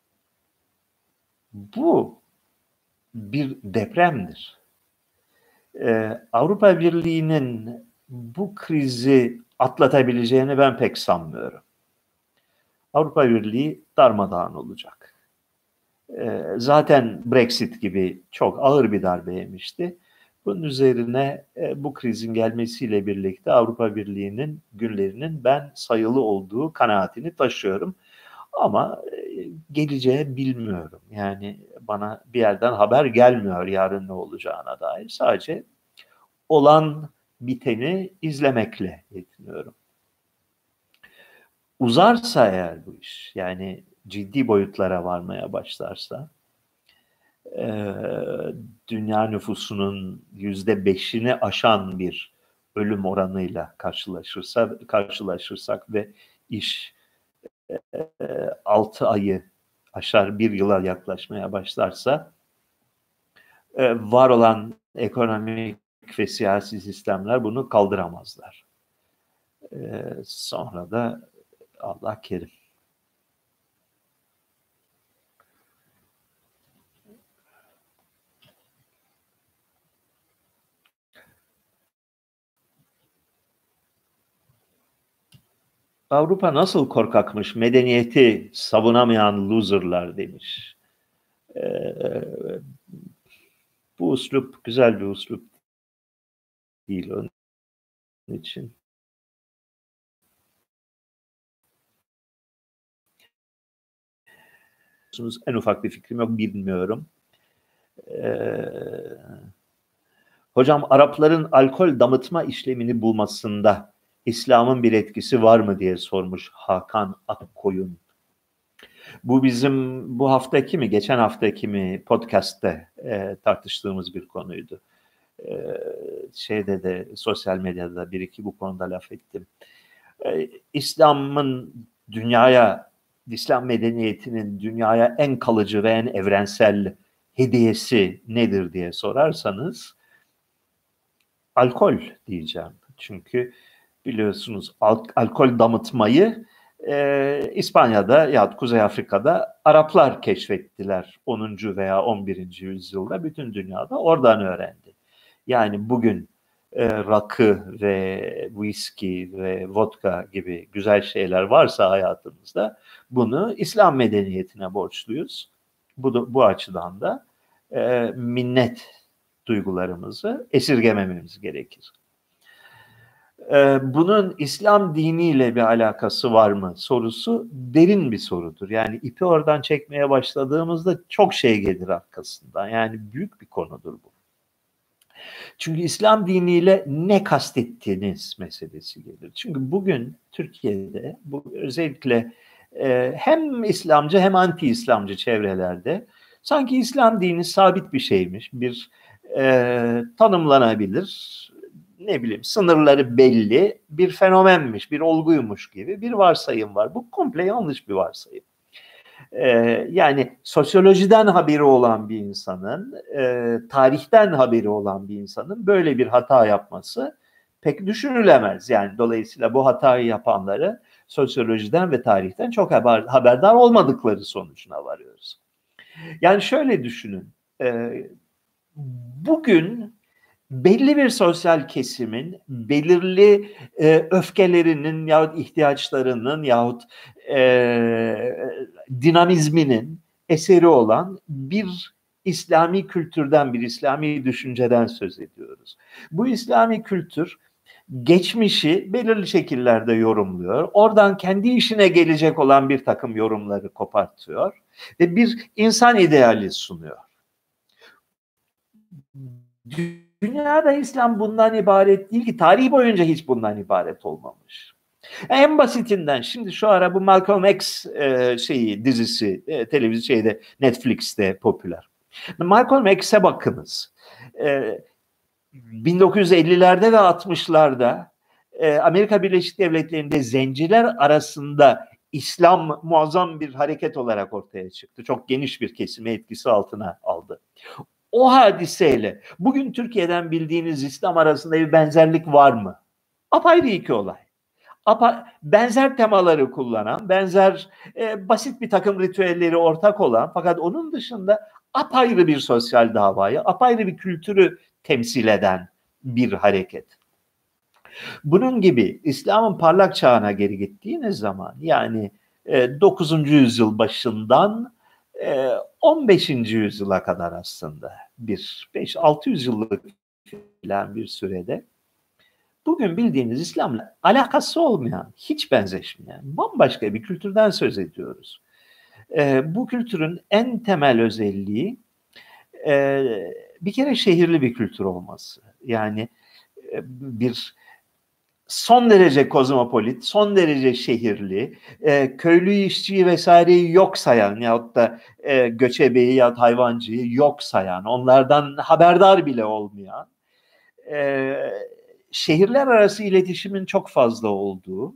Bu bir depremdir. Avrupa Birliği'nin bu krizi atlatabileceğini ben pek sanmıyorum. Avrupa Birliği darmadağın olacak. Zaten Brexit gibi çok ağır bir darbe yemişti. Bunun üzerine bu krizin gelmesiyle birlikte Avrupa Birliği'nin günlerinin ben sayılı olduğu kanaatini taşıyorum. Ama geleceği bilmiyorum. Yani bana bir yerden haber gelmiyor yarın ne olacağına dair. Sadece olan biteni izlemekle yetiniyorum. Uzarsa eğer bu iş, yani ciddi boyutlara varmaya başlarsa, dünya nüfusunun %5'ini aşan bir ölüm oranıyla karşılaşırsak ve iş 6 ayı aşar, 1 yıla yaklaşmaya başlarsa, var olan ekonomik ve siyasi sistemler bunu kaldıramazlar. Sonra da Allah kerim. Avrupa nasıl korkakmış, medeniyeti savunamayan loserlar demiş. Bu üslup güzel bir üslup değil onun için. En ufak bir fikrim yok, bilmiyorum. Hocam, Arapların alkol damıtma işlemini bulmasında İslam'ın bir etkisi var mı diye sormuş Hakan Akkoyun. Bu bizim bu haftaki mi, geçen haftaki mi podcast'te tartıştığımız bir konuydu. Şeyde de, sosyal medyada da bir iki bu konuda laf ettim. İslam'ın dünyaya, İslam medeniyetinin dünyaya en kalıcı ve en evrensel hediyesi nedir diye sorarsanız alkol diyeceğim. Çünkü biliyorsunuz alkol damıtmayı İspanya'da yahut Kuzey Afrika'da Araplar keşfettiler 10. veya 11. yüzyılda. Bütün dünyada oradan öğrendi. Yani bugün rakı ve whisky ve vodka gibi güzel şeyler varsa hayatımızda, bunu İslam medeniyetine borçluyuz. Bu açıdan da minnet duygularımızı esirgemememiz gerekir. Bunun İslam diniyle bir alakası var mı sorusu derin bir sorudur. Yani ipi oradan çekmeye başladığımızda çok şey gelir arkasından. Yani büyük bir konudur bu. Çünkü İslam diniyle ne kastettiğiniz meselesi gelir. Çünkü bugün Türkiye'de bu özellikle hem İslamcı hem anti-İslamcı çevrelerde sanki İslam dini sabit bir şeymiş, bir tanımlanabilir, ne bileyim, sınırları belli bir fenomenmiş, bir olguymuş gibi bir varsayım var. Bu komple yanlış bir varsayım. Yani sosyolojiden haberi olan bir insanın, tarihten haberi olan bir insanın böyle bir hata yapması pek düşünülemez. Yani dolayısıyla bu hatayı yapanları sosyolojiden ve tarihten çok haberdar olmadıkları sonucuna varıyoruz. Yani şöyle düşünün, bugün belli bir sosyal kesimin belirli öfkelerinin yahut ihtiyaçlarının yahut dinamizminin eseri olan bir İslami kültürden, bir İslami düşünceden söz ediyoruz. Bu İslami kültür geçmişi belirli şekillerde yorumluyor. Oradan kendi işine gelecek olan bir takım yorumları kopartıyor ve bir insan ideali sunuyor. Dünyada İslam bundan ibaret değil ki, tarihi boyunca hiç bundan ibaret olmamış. En basitinden şimdi şu ara bu Malcolm X dizisi televizyon Netflix'te popüler. Malcolm X'e bakınız. 1950'lerde ve 60'larda Amerika Birleşik Devletleri'nde zenciler arasında İslam muazzam bir hareket olarak ortaya çıktı. Çok geniş bir kesimi etkisi altına aldı. O hadiseyle bugün Türkiye'den bildiğiniz İslam arasında bir benzerlik var mı? Apayrı iki olay. Benzer temaları kullanan, benzer basit bir takım ritüelleri ortak olan, fakat onun dışında apayrı bir sosyal davayı, apayrı bir kültürü temsil eden bir hareket. Bunun gibi İslam'ın parlak çağına geri gittiğiniz zaman, yani 9. yüzyıl başından 15. yüzyıla kadar aslında bir 5-600 yıllık filan bir sürede bugün bildiğiniz İslam'la alakası olmayan, hiç benzeşmeyen, bambaşka bir kültürden söz ediyoruz. Bu kültürün en temel özelliği bir kere şehirli bir kültür olması. Yani bir son derece kozmopolit, son derece şehirli, köylüyü, işçiyi vesaireyi yok sayan yahut da göçebeyi ya hayvancıyı yok sayan, onlardan haberdar bile olmayan, şehirler arası iletişimin çok fazla olduğu,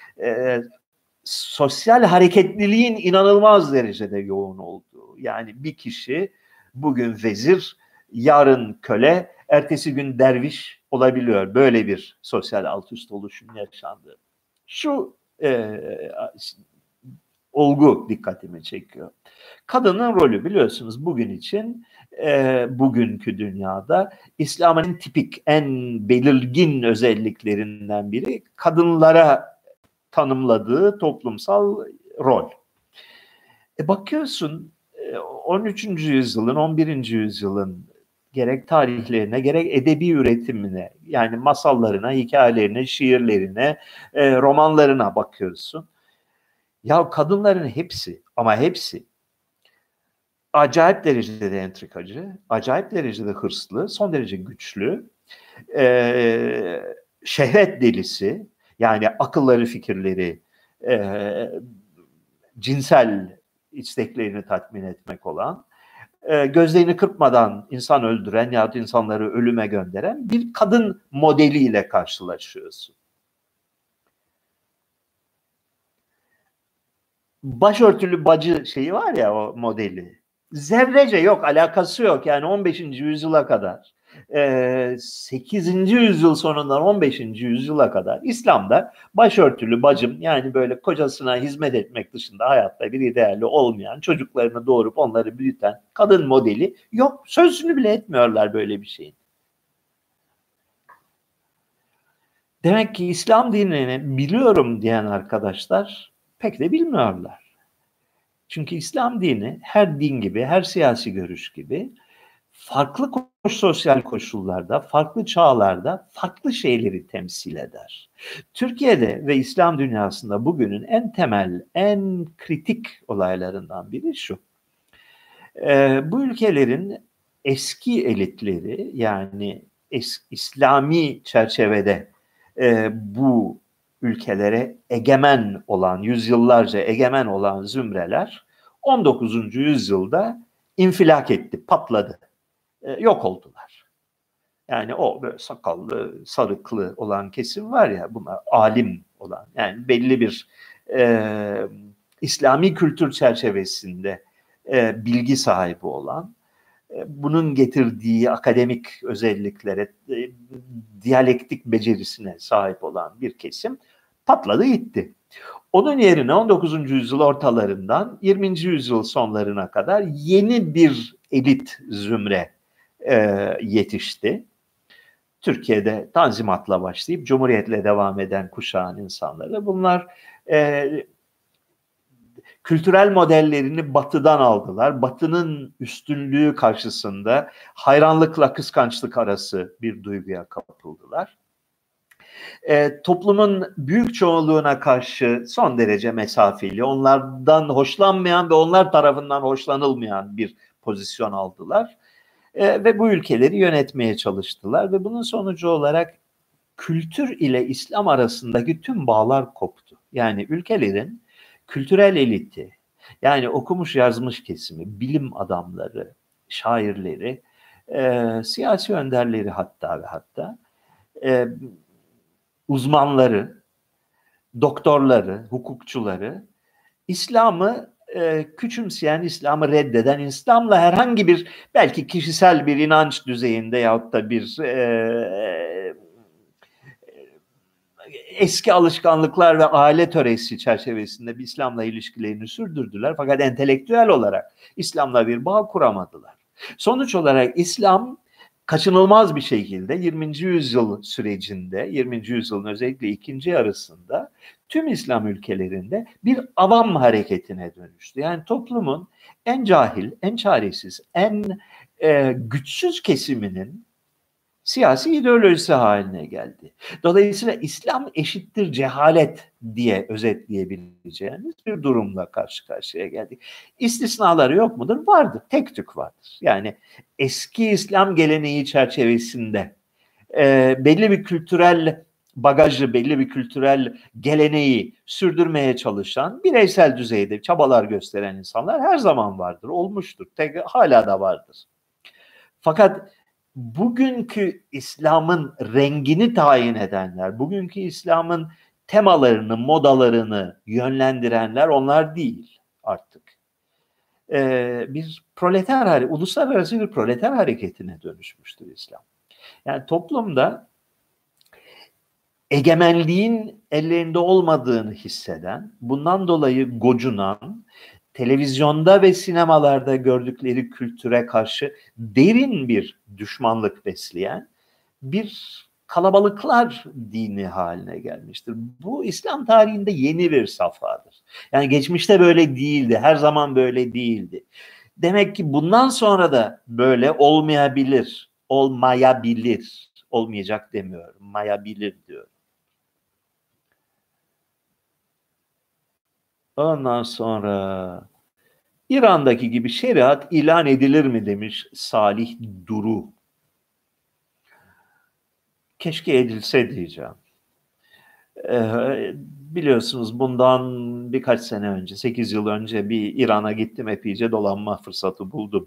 sosyal hareketliliğin inanılmaz derecede yoğun olduğu. Yani bir kişi bugün vezir, yarın köle, ertesi gün derviş olabiliyor. Böyle bir sosyal alt üst oluşum yaşandı. Şu olgu dikkatimi çekiyor. Kadının rolü biliyorsunuz bugün için bugünkü dünyada İslam'ın tipik en belirgin özelliklerinden biri kadınlara tanımladığı toplumsal rol. Bakıyorsun 13. yüzyılın, 11. yüzyılın gerek tarihlerine, gerek edebi üretimine, yani masallarına, hikayelerine, şiirlerine, romanlarına bakıyorsun. Ya kadınların hepsi, ama hepsi acayip derecede entrikacı, acayip derecede hırslı, son derece güçlü, şehvet delisi, yani akılları, fikirleri, cinsel isteklerini tatmin etmek olan, gözlerini kırpmadan insan öldüren ya da insanları ölüme gönderen bir kadın modeliyle karşılaşıyorsun. Başörtülü bacı şeyi var ya, o modeli. Zerrece yok, alakası yok. Yani 15. yüzyıla kadar, 8. yüzyıl sonundan 15. yüzyıla kadar İslam'da başörtülü bacım, yani böyle kocasına hizmet etmek dışında hayatta bir ideali olmayan, çocuklarını doğurup onları büyüten kadın modeli yok. Sözünü bile etmiyorlar böyle bir şeyin. Demek ki İslam dinini biliyorum diyen arkadaşlar pek de bilmiyorlar. Çünkü İslam dini her din gibi, her siyasi görüş gibi farklı sosyal koşullarda, farklı çağlarda farklı şeyleri temsil eder. Türkiye'de ve İslam dünyasında bugünün en temel, en kritik olaylarından biri şu. Bu ülkelerin eski elitleri, yani İslami çerçevede bu ülkelere egemen olan, yüzyıllarca egemen olan zümreler 19. yüzyılda infilak etti, patladı, yok oldular. Yani o böyle sakallı, sarıklı olan kesim var ya, bunlar alim olan, yani belli bir İslami kültür çerçevesinde bilgi sahibi olan, bunun getirdiği akademik özelliklere, diyalektik becerisine sahip olan bir kesim patladı gitti. Onun yerine 19. yüzyıl ortalarından 20. yüzyıl sonlarına kadar yeni bir elit zümre yetişti. Türkiye'de Tanzimat'la başlayıp Cumhuriyet'le devam eden kuşağın insanları. Bunlar kültürel modellerini Batı'dan aldılar. Batı'nın üstünlüğü karşısında hayranlıkla kıskançlık arası bir duyguya kapıldılar. Toplumun büyük çoğunluğuna karşı son derece mesafeli, onlardan hoşlanmayan ve onlar tarafından hoşlanılmayan bir pozisyon aldılar. Ve bu ülkeleri yönetmeye çalıştılar ve bunun sonucu olarak kültür ile İslam arasındaki tüm bağlar koptu. Yani ülkelerin kültürel eliti, yani okumuş yazmış kesimi, bilim adamları, şairleri, siyasi önderleri hatta ve hatta uzmanları, doktorları, hukukçuları, İslam'ı küçümseyen, İslam'ı reddeden, İslam'la herhangi bir belki kişisel bir inanç düzeyinde yahut da bir eski alışkanlıklar ve aile töresi çerçevesinde bir İslam'la ilişkilerini sürdürdüler. Fakat entelektüel olarak İslam'la bir bağ kuramadılar. Sonuç olarak İslam kaçınılmaz bir şekilde 20. yüzyıl sürecinde, 20. yüzyılın özellikle ikinci yarısında tüm İslam ülkelerinde bir avam hareketine dönüştü. Yani toplumun en cahil, en çaresiz, en güçsüz kesiminin siyasi ideolojisi haline geldi. Dolayısıyla İslam eşittir cehalet diye özetleyebileceğimiz bir durumla karşı karşıya geldik. İstisnaları yok mudur? Vardır. Tek tük vardır. Yani eski İslam geleneği çerçevesinde belli bir kültürel bagajı, belli bir kültürel geleneği sürdürmeye çalışan, bireysel düzeyde çabalar gösteren insanlar her zaman vardır, olmuştur, hala da vardır. Fakat bugünkü İslam'ın rengini tayin edenler, bugünkü İslam'ın temalarını, modalarını yönlendirenler onlar değil artık. Bir proleter, uluslararası bir proleter hareketine dönüşmüştür İslam. Yani toplumda egemenliğin ellerinde olmadığını hisseden, bundan dolayı gocunan, televizyonda ve sinemalarda gördükleri kültüre karşı derin bir düşmanlık besleyen bir kalabalıklar dini haline gelmiştir. Bu İslam tarihinde yeni bir safhadır. Yani geçmişte böyle değildi, her zaman böyle değildi. Demek ki bundan sonra da böyle olmayabilir, olmayacak demiyorum, mayabilir diyorum. Ondan sonra İran'daki gibi şeriat ilan edilir mi demiş Salih Duru. Keşke edilse diyeceğim. Biliyorsunuz bundan birkaç sene önce, 8 yıl önce bir İran'a gittim, epeyce dolanma fırsatı buldum.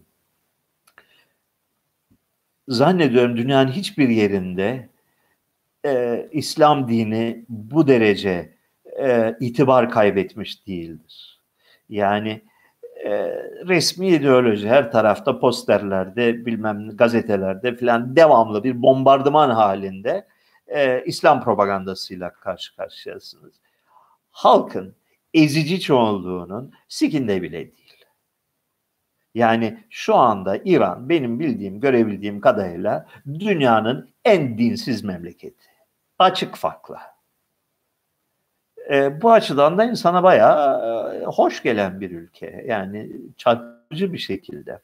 Zannediyorum dünyanın hiçbir yerinde İslam dini bu derece itibar kaybetmiş değildir. Yani resmi ideoloji her tarafta, posterlerde, bilmem gazetelerde filan devamlı bir bombardıman halinde İslam propagandasıyla karşı karşıyasınız. Halkın ezici çoğunluğunun sikinde bile değil. Yani şu anda İran benim bildiğim, görebildiğim kadarıyla dünyanın en dinsiz memleketi. Açık farklı. Bu açıdan da insana bayağı hoş gelen bir ülke. Yani çarpıcı bir şekilde.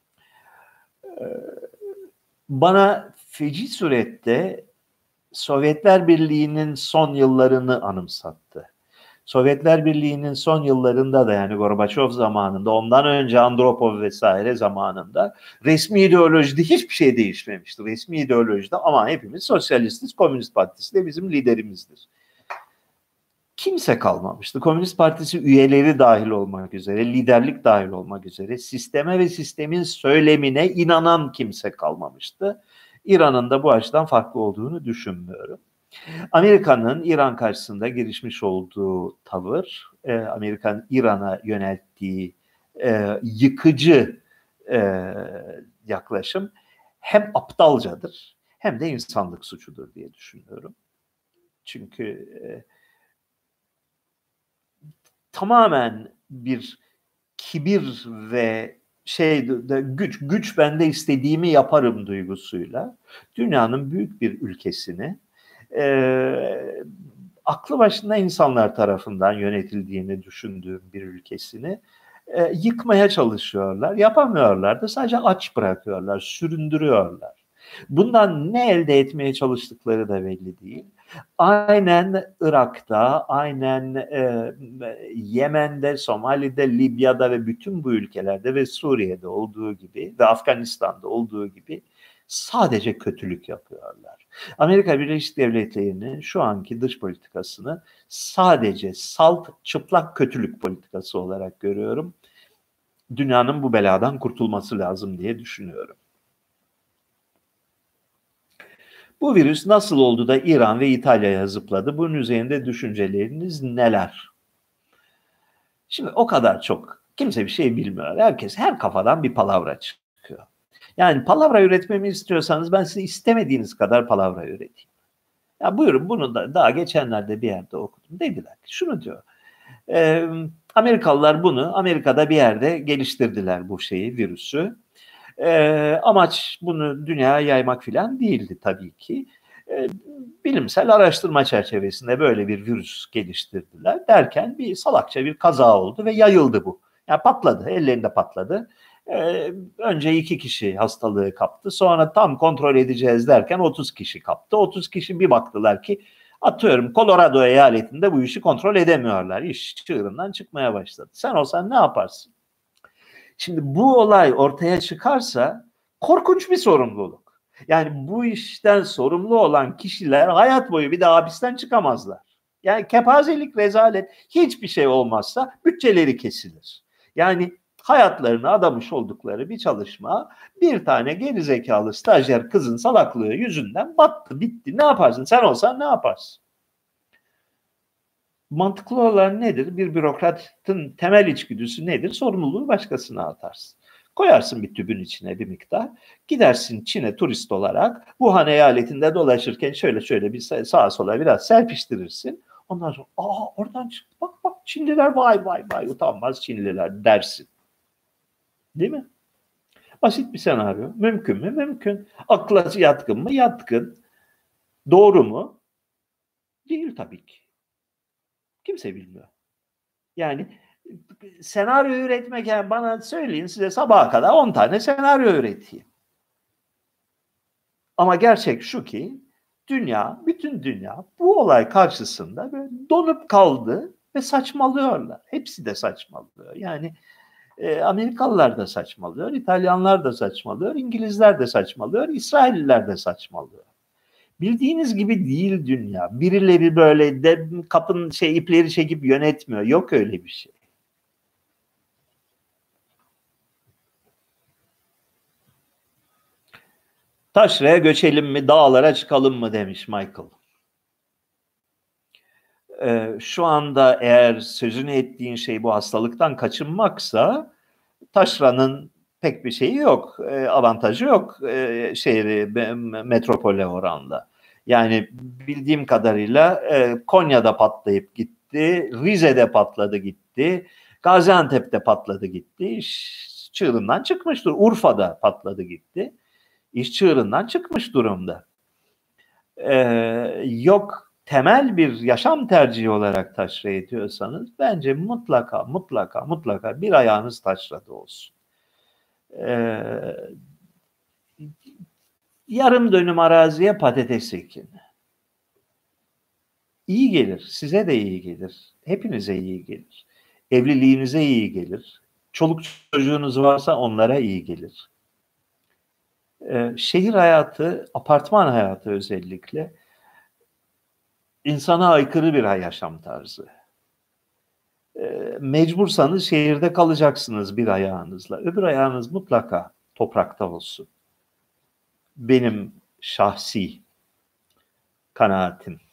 Bana feci surette Sovyetler Birliği'nin son yıllarını anımsattı. Sovyetler Birliği'nin son yıllarında da, yani Gorbaçov zamanında, ondan önce Andropov vesaire zamanında resmi ideolojide hiçbir şey değişmemişti. Resmi ideolojide ama hepimiz sosyalistiz, Komünist Partisi de bizim liderimizdir. Kimse kalmamıştı. Komünist Partisi üyeleri dahil olmak üzere, liderlik dahil olmak üzere sisteme ve sistemin söylemine inanan kimse kalmamıştı. İran'ın da bu açıdan farklı olduğunu düşünmüyorum. Amerika'nın İran karşısında girişmiş olduğu tavır, Amerika'nın İran'a yönelttiği yıkıcı yaklaşım hem aptalcadır hem de insanlık suçudur diye düşünüyorum. Çünkü tamamen bir kibir ve güç bende istediğimi yaparım duygusuyla dünyanın büyük bir ülkesini aklı başında insanlar tarafından yönetildiğini düşündüğüm bir ülkesini yıkmaya çalışıyorlar. Yapamıyorlar da sadece aç bırakıyorlar, süründürüyorlar. Bundan ne elde etmeye çalıştıkları da belli değil. Aynen Irak'ta, aynen Yemen'de, Somali'de, Libya'da ve bütün bu ülkelerde ve Suriye'de olduğu gibi ve Afganistan'da olduğu gibi sadece kötülük yapıyorlar. Amerika Birleşik Devletleri'nin şu anki dış politikasını sadece salt, çıplak kötülük politikası olarak görüyorum. Dünyanın bu beladan kurtulması lazım diye düşünüyorum. Bu virüs nasıl oldu da İran ve İtalya'ya zıpladı? Bunun üzerinde düşünceleriniz neler? Şimdi o kadar çok kimse bir şey bilmiyor. Herkes her kafadan bir palavra çıkıyor. Yani palavra üretmemi istiyorsanız ben size istemediğiniz kadar palavra üreteyim. Ya buyurun, bunu da daha geçenlerde bir yerde okudum. Dediler ki şunu diyor. Amerikalılar bunu Amerika'da bir yerde geliştirdiler, bu virüsü. Amaç bunu dünyaya yaymak filan değildi tabii ki. Bilimsel araştırma çerçevesinde böyle bir virüs geliştirdiler derken bir salakça bir kaza oldu ve yayıldı bu. Yani patladı, ellerinde patladı. Önce 2 kişi hastalığı kaptı. Sonra tam kontrol edeceğiz derken 30 kişi kaptı. 30 kişi bir baktılar ki atıyorum Colorado eyaletinde bu işi kontrol edemiyorlar. İş çığırından çıkmaya başladı. Sen olsan ne yaparsın? Şimdi bu olay ortaya çıkarsa korkunç bir sorumluluk. Yani bu işten sorumlu olan kişiler hayat boyu bir daha hapisten çıkamazlar. Yani kepazelik, rezalet, hiçbir şey olmazsa bütçeleri kesilir. Yani hayatlarını adamış oldukları bir çalışma bir tane gerizekalı stajyer kızın salaklığı yüzünden battı, bitti. Ne yaparsın? Sen olsan ne yaparsın? Mantıklı olan nedir? Bir bürokratın temel içgüdüsü nedir? Sorumluluğu başkasına atarsın. Koyarsın bir tübün içine bir miktar. Gidersin Çin'e turist olarak. Wuhan eyaletinde dolaşırken şöyle şöyle bir sağa sola biraz serpiştirirsin. Ondan sonra oradan çık. Bak bak Çinliler vay vay vay utanmaz Çinliler dersin. Değil mi? Basit bir senaryo. Mümkün mü? Mümkün. Akla yatkın mı? Yatkın. Doğru mu? Değil tabii ki. Kimse bilmiyor. Yani senaryo üretmek, yani bana söyleyin size sabaha kadar 10 tane senaryo üreteyim. Ama gerçek şu ki dünya, bütün dünya bu olay karşısında böyle donup kaldı ve saçmalıyorlar. Hepsi de saçmalıyor. Yani Amerikalılar da saçmalıyor, İtalyanlar da saçmalıyor, İngilizler de saçmalıyor, İsrailliler de saçmalıyor. Bildiğiniz gibi değil dünya. Birileri böyle de kapın ipleri çekip yönetmiyor. Yok öyle bir şey. Taşra'ya göçelim mi, dağlara çıkalım mı demiş Michael. Şu anda eğer sözünü ettiğin şey bu hastalıktan kaçınmaksa Taşra'nın pek bir şeyi yok, avantajı yok şehri metropole oranla. Yani bildiğim kadarıyla Konya'da patlayıp gitti, Rize'de patladı gitti, Gaziantep'te patladı gitti, iş çığırından çıkmıştır. Urfa'da patladı gitti, iş çığırından çıkmış durumda. Yok temel bir yaşam tercihi olarak taşra ediyorsanız bence mutlaka bir ayağınız taşrada olsun. Yarım dönüm araziye patates ekin. İyi gelir. Size de iyi gelir. Hepinize iyi gelir. Evliliğinize iyi gelir. Çoluk çocuğunuz varsa onlara iyi gelir. Şehir hayatı, apartman hayatı özellikle insana aykırı bir yaşam tarzı. Mecbursanız şehirde kalacaksınız bir ayağınızla. Öbür ayağınız mutlaka toprakta olsun. Benim şahsi kanaatim.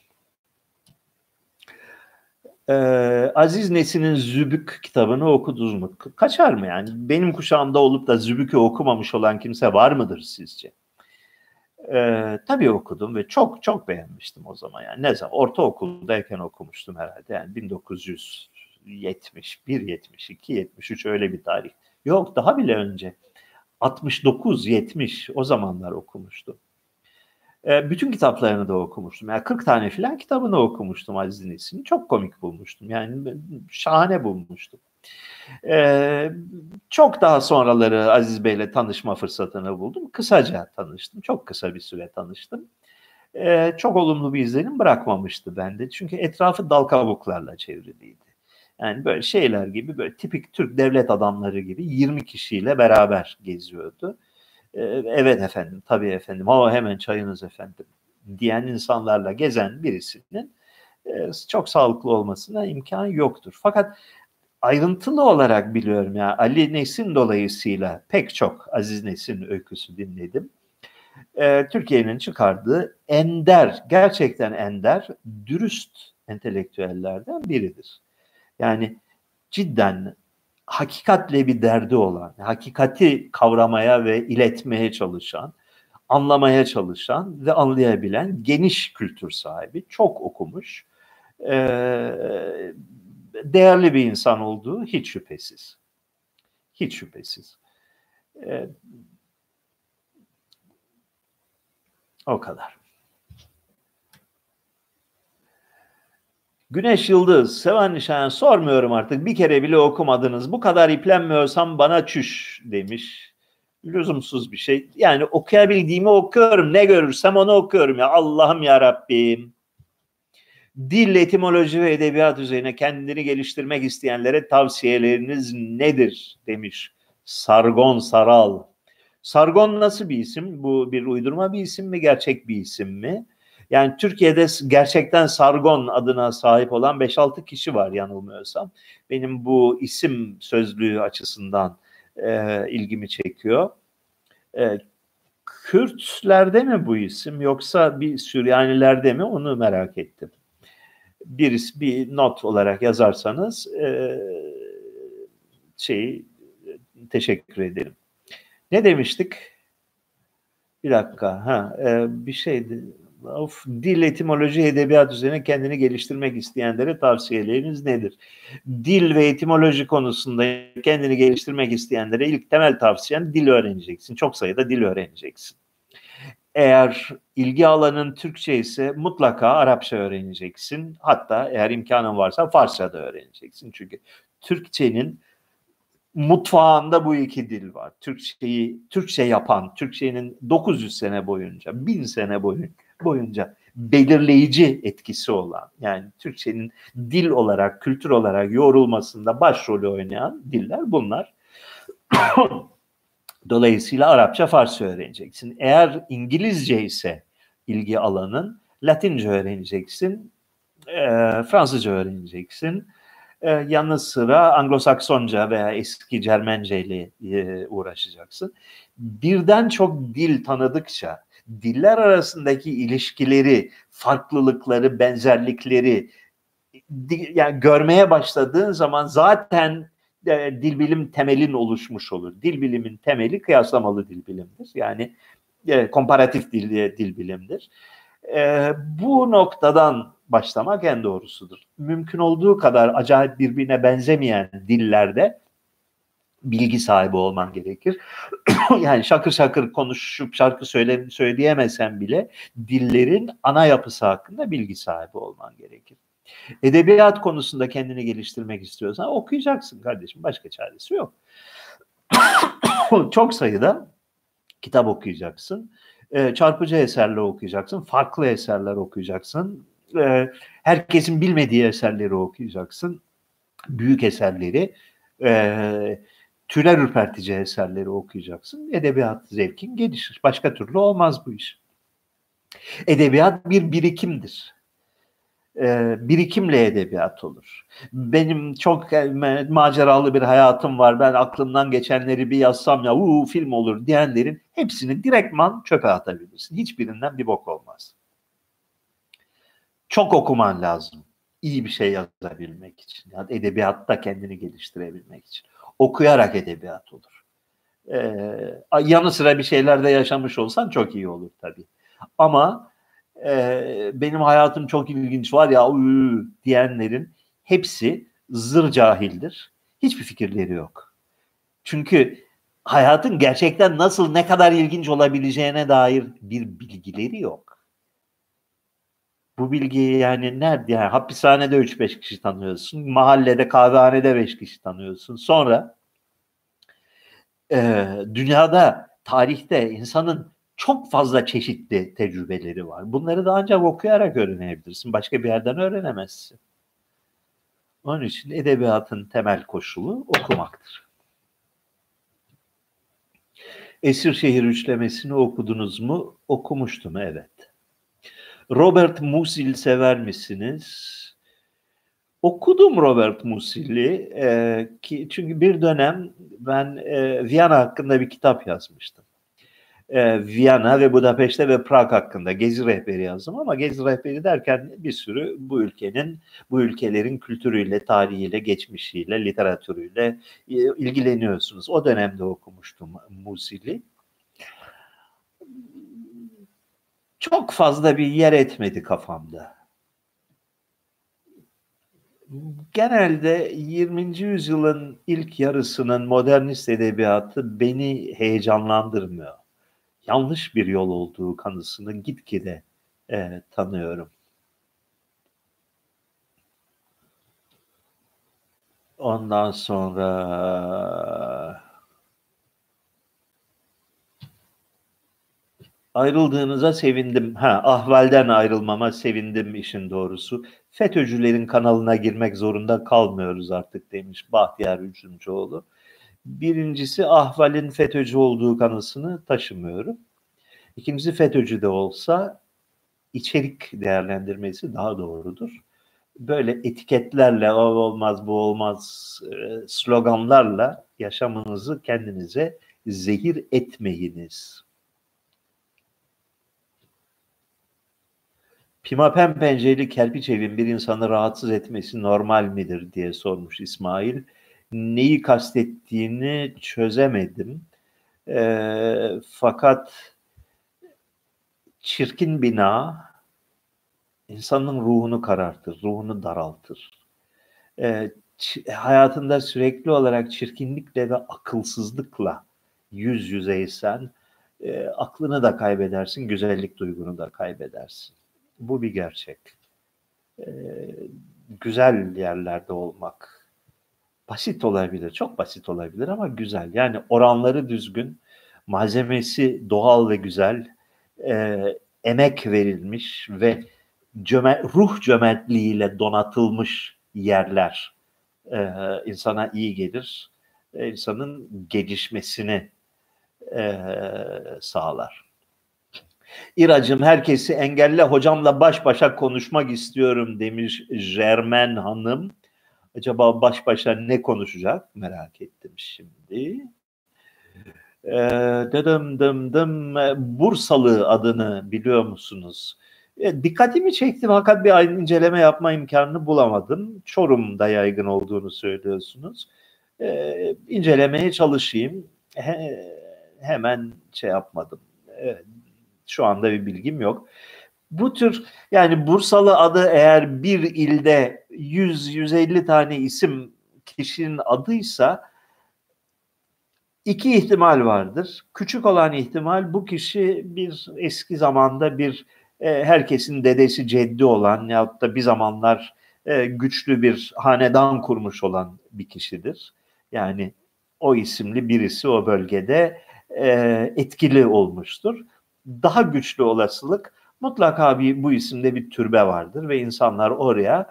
Aziz Nesin'in Zübük kitabını okudunuz mu? Kaçar mı yani? Benim kuşağımda olup da Zübük'ü okumamış olan kimse var mıdır sizce? Tabii okudum ve çok çok beğenmiştim o zaman. Yani ne zaman? Ortaokuldayken okumuştum herhalde. Yani 1971, 72, 73 öyle bir tarih. Yok daha bile önce. 69, 70 o zamanlar okumuştum. Bütün kitaplarını da okumuştum. Yani 40 tane filan kitabını okumuştum Aziz Nesin'in. Çok komik bulmuştum. Yani şahane bulmuştum. Çok daha sonraları Aziz Bey'le tanışma fırsatını buldum. Kısaca tanıştım. Çok kısa bir süre tanıştım. Çok olumlu bir izlenim bırakmamıştı bende. Çünkü etrafı dal kabuklarla çevriliydi. Yani böyle şeyler gibi, böyle tipik Türk devlet adamları gibi 20 kişiyle beraber geziyordu. Evet efendim, tabii efendim, hemen çayınız efendim diyen insanlarla gezen birisinin çok sağlıklı olmasına imkan yoktur. Fakat ayrıntılı olarak biliyorum ya, Ali Nesin dolayısıyla pek çok Aziz Nesin öyküsü dinledim. Türkiye'nin çıkardığı ender, gerçekten ender, dürüst entelektüellerden biridir. Yani cidden hakikatle bir derdi olan, hakikati kavramaya ve iletmeye çalışan, anlamaya çalışan ve anlayabilen geniş kültür sahibi, çok okumuş, değerli bir insan olduğu hiç şüphesiz. Hiç şüphesiz. O kadar. Güneş Yıldız, Sevan Nişan sormuyorum artık. Bir kere bile okumadınız. Bu kadar iplenmiyorsam bana çüş demiş. Lüzumsuz bir şey. Yani okuyabildiğimi okuyorum. Ne görürsem onu okuyorum ya. Allah'ım ya Rabbim. Dil, etimoloji ve edebiyat üzerine kendini geliştirmek isteyenlere tavsiyeleriniz nedir demiş Sargon Saral. Sargon nasıl bir isim? Bu bir uydurma bir isim mi? Gerçek bir isim mi? Yani Türkiye'de gerçekten Sargon adına sahip olan 5-6 kişi var yanılmıyorsam. Benim bu isim sözlüğü açısından ilgimi çekiyor. Kürtlerde mi bu isim yoksa bir Süryanilerde mi onu merak ettim. Bir not olarak yazarsanız teşekkür ederim. Ne demiştik? Bir dakika. Bir şeydi. Dil, etimoloji, edebiyat üzerine kendini geliştirmek isteyenlere tavsiyeleriniz nedir? Dil ve etimoloji konusunda kendini geliştirmek isteyenlere ilk temel tavsiyen dil öğreneceksin. Çok sayıda dil öğreneceksin. Eğer ilgi alanın Türkçe ise mutlaka Arapça öğreneceksin. Hatta eğer imkanın varsa Farsça da öğreneceksin. Çünkü Türkçenin mutfağında bu iki dil var. Türkçe yapan, Türkçenin 900 sene boyunca, 1000 sene boyunca belirleyici etkisi olan, yani Türkçenin dil olarak, kültür olarak yoğrulmasında başrolü oynayan diller bunlar. Dolayısıyla Arapça, Farsça öğreneceksin. Eğer İngilizce ise ilgi alanın, Latince öğreneceksin, Fransızca öğreneceksin. Yanı sıra Anglo-Saksonca veya eski Cermence ile uğraşacaksın. Birden çok dil tanıdıkça, diller arasındaki ilişkileri, farklılıkları, benzerlikleri yani görmeye başladığın zaman zaten dil bilim temelin oluşmuş olur. Dil bilimin temeli kıyaslamalı dil bilimdir. Yani komparatif dil bilimdir. Bu noktadan başlamak en doğrusudur. Mümkün olduğu kadar acayip birbirine benzemeyen dillerde bilgi sahibi olman gerekir. Yani şakır şakır konuşup şarkı söyleyemesen bile dillerin ana yapısı hakkında bilgi sahibi olman gerekir. Edebiyat konusunda kendini geliştirmek istiyorsan okuyacaksın kardeşim. Başka çaresi yok. Çok sayıda kitap okuyacaksın. Çarpıcı eserler okuyacaksın. Farklı eserler okuyacaksın. Herkesin bilmediği eserleri okuyacaksın. Büyük eserleri, tüyler ürpertici eserleri okuyacaksın. Edebiyat zevkin gelişir. Başka türlü olmaz bu iş. Edebiyat bir birikimdir. Birikimle edebiyat olur. Benim çok maceralı bir hayatım var. Ben aklımdan geçenleri bir yazsam ya film olur diyenlerin hepsini direktman çöpe atabilirsin. Hiçbirinden bir bok olmaz. Çok okuman lazım. İyi bir şey yazabilmek için. Yani edebiyatta kendini geliştirebilmek için. Okuyarak edebiyat olur. Yanı sıra bir şeyler de yaşamış olsan çok iyi olur tabii. Ama benim hayatım çok ilginç var ya diyenlerin hepsi zır cahildir. Hiçbir fikirleri yok. Çünkü hayatın gerçekten nasıl, ne kadar ilginç olabileceğine dair bir bilgileri yok. Bu bilgiyi yani nerede? Yani hapishanede 3-5 kişi tanıyorsun. Mahallede, kahvehanede 5 kişi tanıyorsun. Sonra dünyada, tarihte insanın çok fazla çeşitli tecrübeleri var. Bunları da ancak okuyarak öğrenebilirsin. Başka bir yerden öğrenemezsin. Onun için edebiyatın temel koşulu okumaktır. Esirşehir üçlemesini okudunuz mu? Okumuştum, evet. Robert Musil sever misiniz? Okudum Robert Musil'i çünkü bir dönem ben Viyana hakkında bir kitap yazmıştım. Viyana ve Budapeşte ve Prag hakkında gezi rehberi yazdım ama gezi rehberi derken bir sürü bu ülkelerin kültürüyle, tarihiyle, geçmişiyle, literatürüyle ilgileniyorsunuz. O dönemde okumuştum Musil'i. Çok fazla bir yer etmedi kafamda. Genelde 20. yüzyılın ilk yarısının modernist edebiyatı beni heyecanlandırmıyor. Yanlış bir yol olduğu kanısını gitgide tanıyorum. Ondan sonra ayrıldığınıza sevindim. Ahvalden ayrılmama sevindim işin doğrusu. FETÖ'cülerin kanalına girmek zorunda kalmıyoruz artık demiş Bahtiyar Üçüncüoğlu. Birincisi ahvalin FETÖ'cü olduğu kanısını taşımıyorum. İkincisi FETÖ'cü de olsa içerik değerlendirmesi daha doğrudur. Böyle etiketlerle o olmaz bu olmaz sloganlarla yaşamınızı kendinize zehir etmeyiniz. Pimapen pencereli kerpiç evin bir insanı rahatsız etmesi normal midir diye sormuş İsmail. Neyi kastettiğini çözemedim. Fakat çirkin bina insanın ruhunu karartır, ruhunu daraltır. Hayatında sürekli olarak çirkinlikle ve akılsızlıkla yüz yüzeysen aklını da kaybedersin, güzellik duygunu da kaybedersin. Bu bir gerçek. Güzel yerlerde olmak basit olabilir, çok basit olabilir ama güzel. Yani oranları düzgün, malzemesi doğal ve güzel, emek verilmiş ve ruh cömertliğiyle donatılmış yerler insana iyi gelir, insanın gelişmesini sağlar. İracım herkesi engelle hocamla baş başa konuşmak istiyorum demiş Jermen Hanım. Acaba baş başa ne konuşacak? Merak ettim şimdi. Bursalı adını biliyor musunuz? Dikkatimi çekti fakat bir inceleme yapma imkanını bulamadım. Çorum'da yaygın olduğunu söylüyorsunuz. İncelemeye çalışayım. Hemen yapmadım. Şu anda bir bilgim yok. Bu tür yani Bursalı adı eğer bir ilde 100-150 tane isim kişinin adıysa iki ihtimal vardır. Küçük olan ihtimal bu kişi bir eski zamanda bir herkesin dedesi ceddi olan yahut da bir zamanlar güçlü bir hanedan kurmuş olan bir kişidir. Yani o isimli birisi o bölgede etkili olmuştur. Daha güçlü olasılık mutlaka bu isimde bir türbe vardır ve insanlar oraya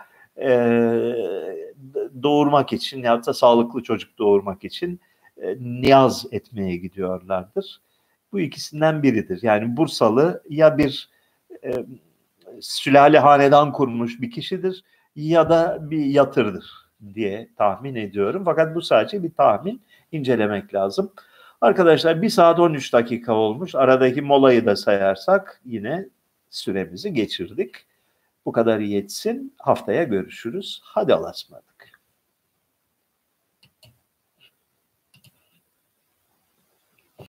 doğurmak için yahut da sağlıklı çocuk doğurmak için niyaz etmeye gidiyorlardır. Bu ikisinden biridir. Yani Bursalı ya bir sülale hanedan kurmuş bir kişidir ya da bir yatırdır diye tahmin ediyorum. Fakat bu sadece bir tahmin, incelemek lazım. Arkadaşlar 1 saat 13 dakika olmuş. Aradaki molayı da sayarsak yine süremizi geçirdik. Bu kadar yetsin. Haftaya görüşürüz. Hadi Allah'a ısmarladık.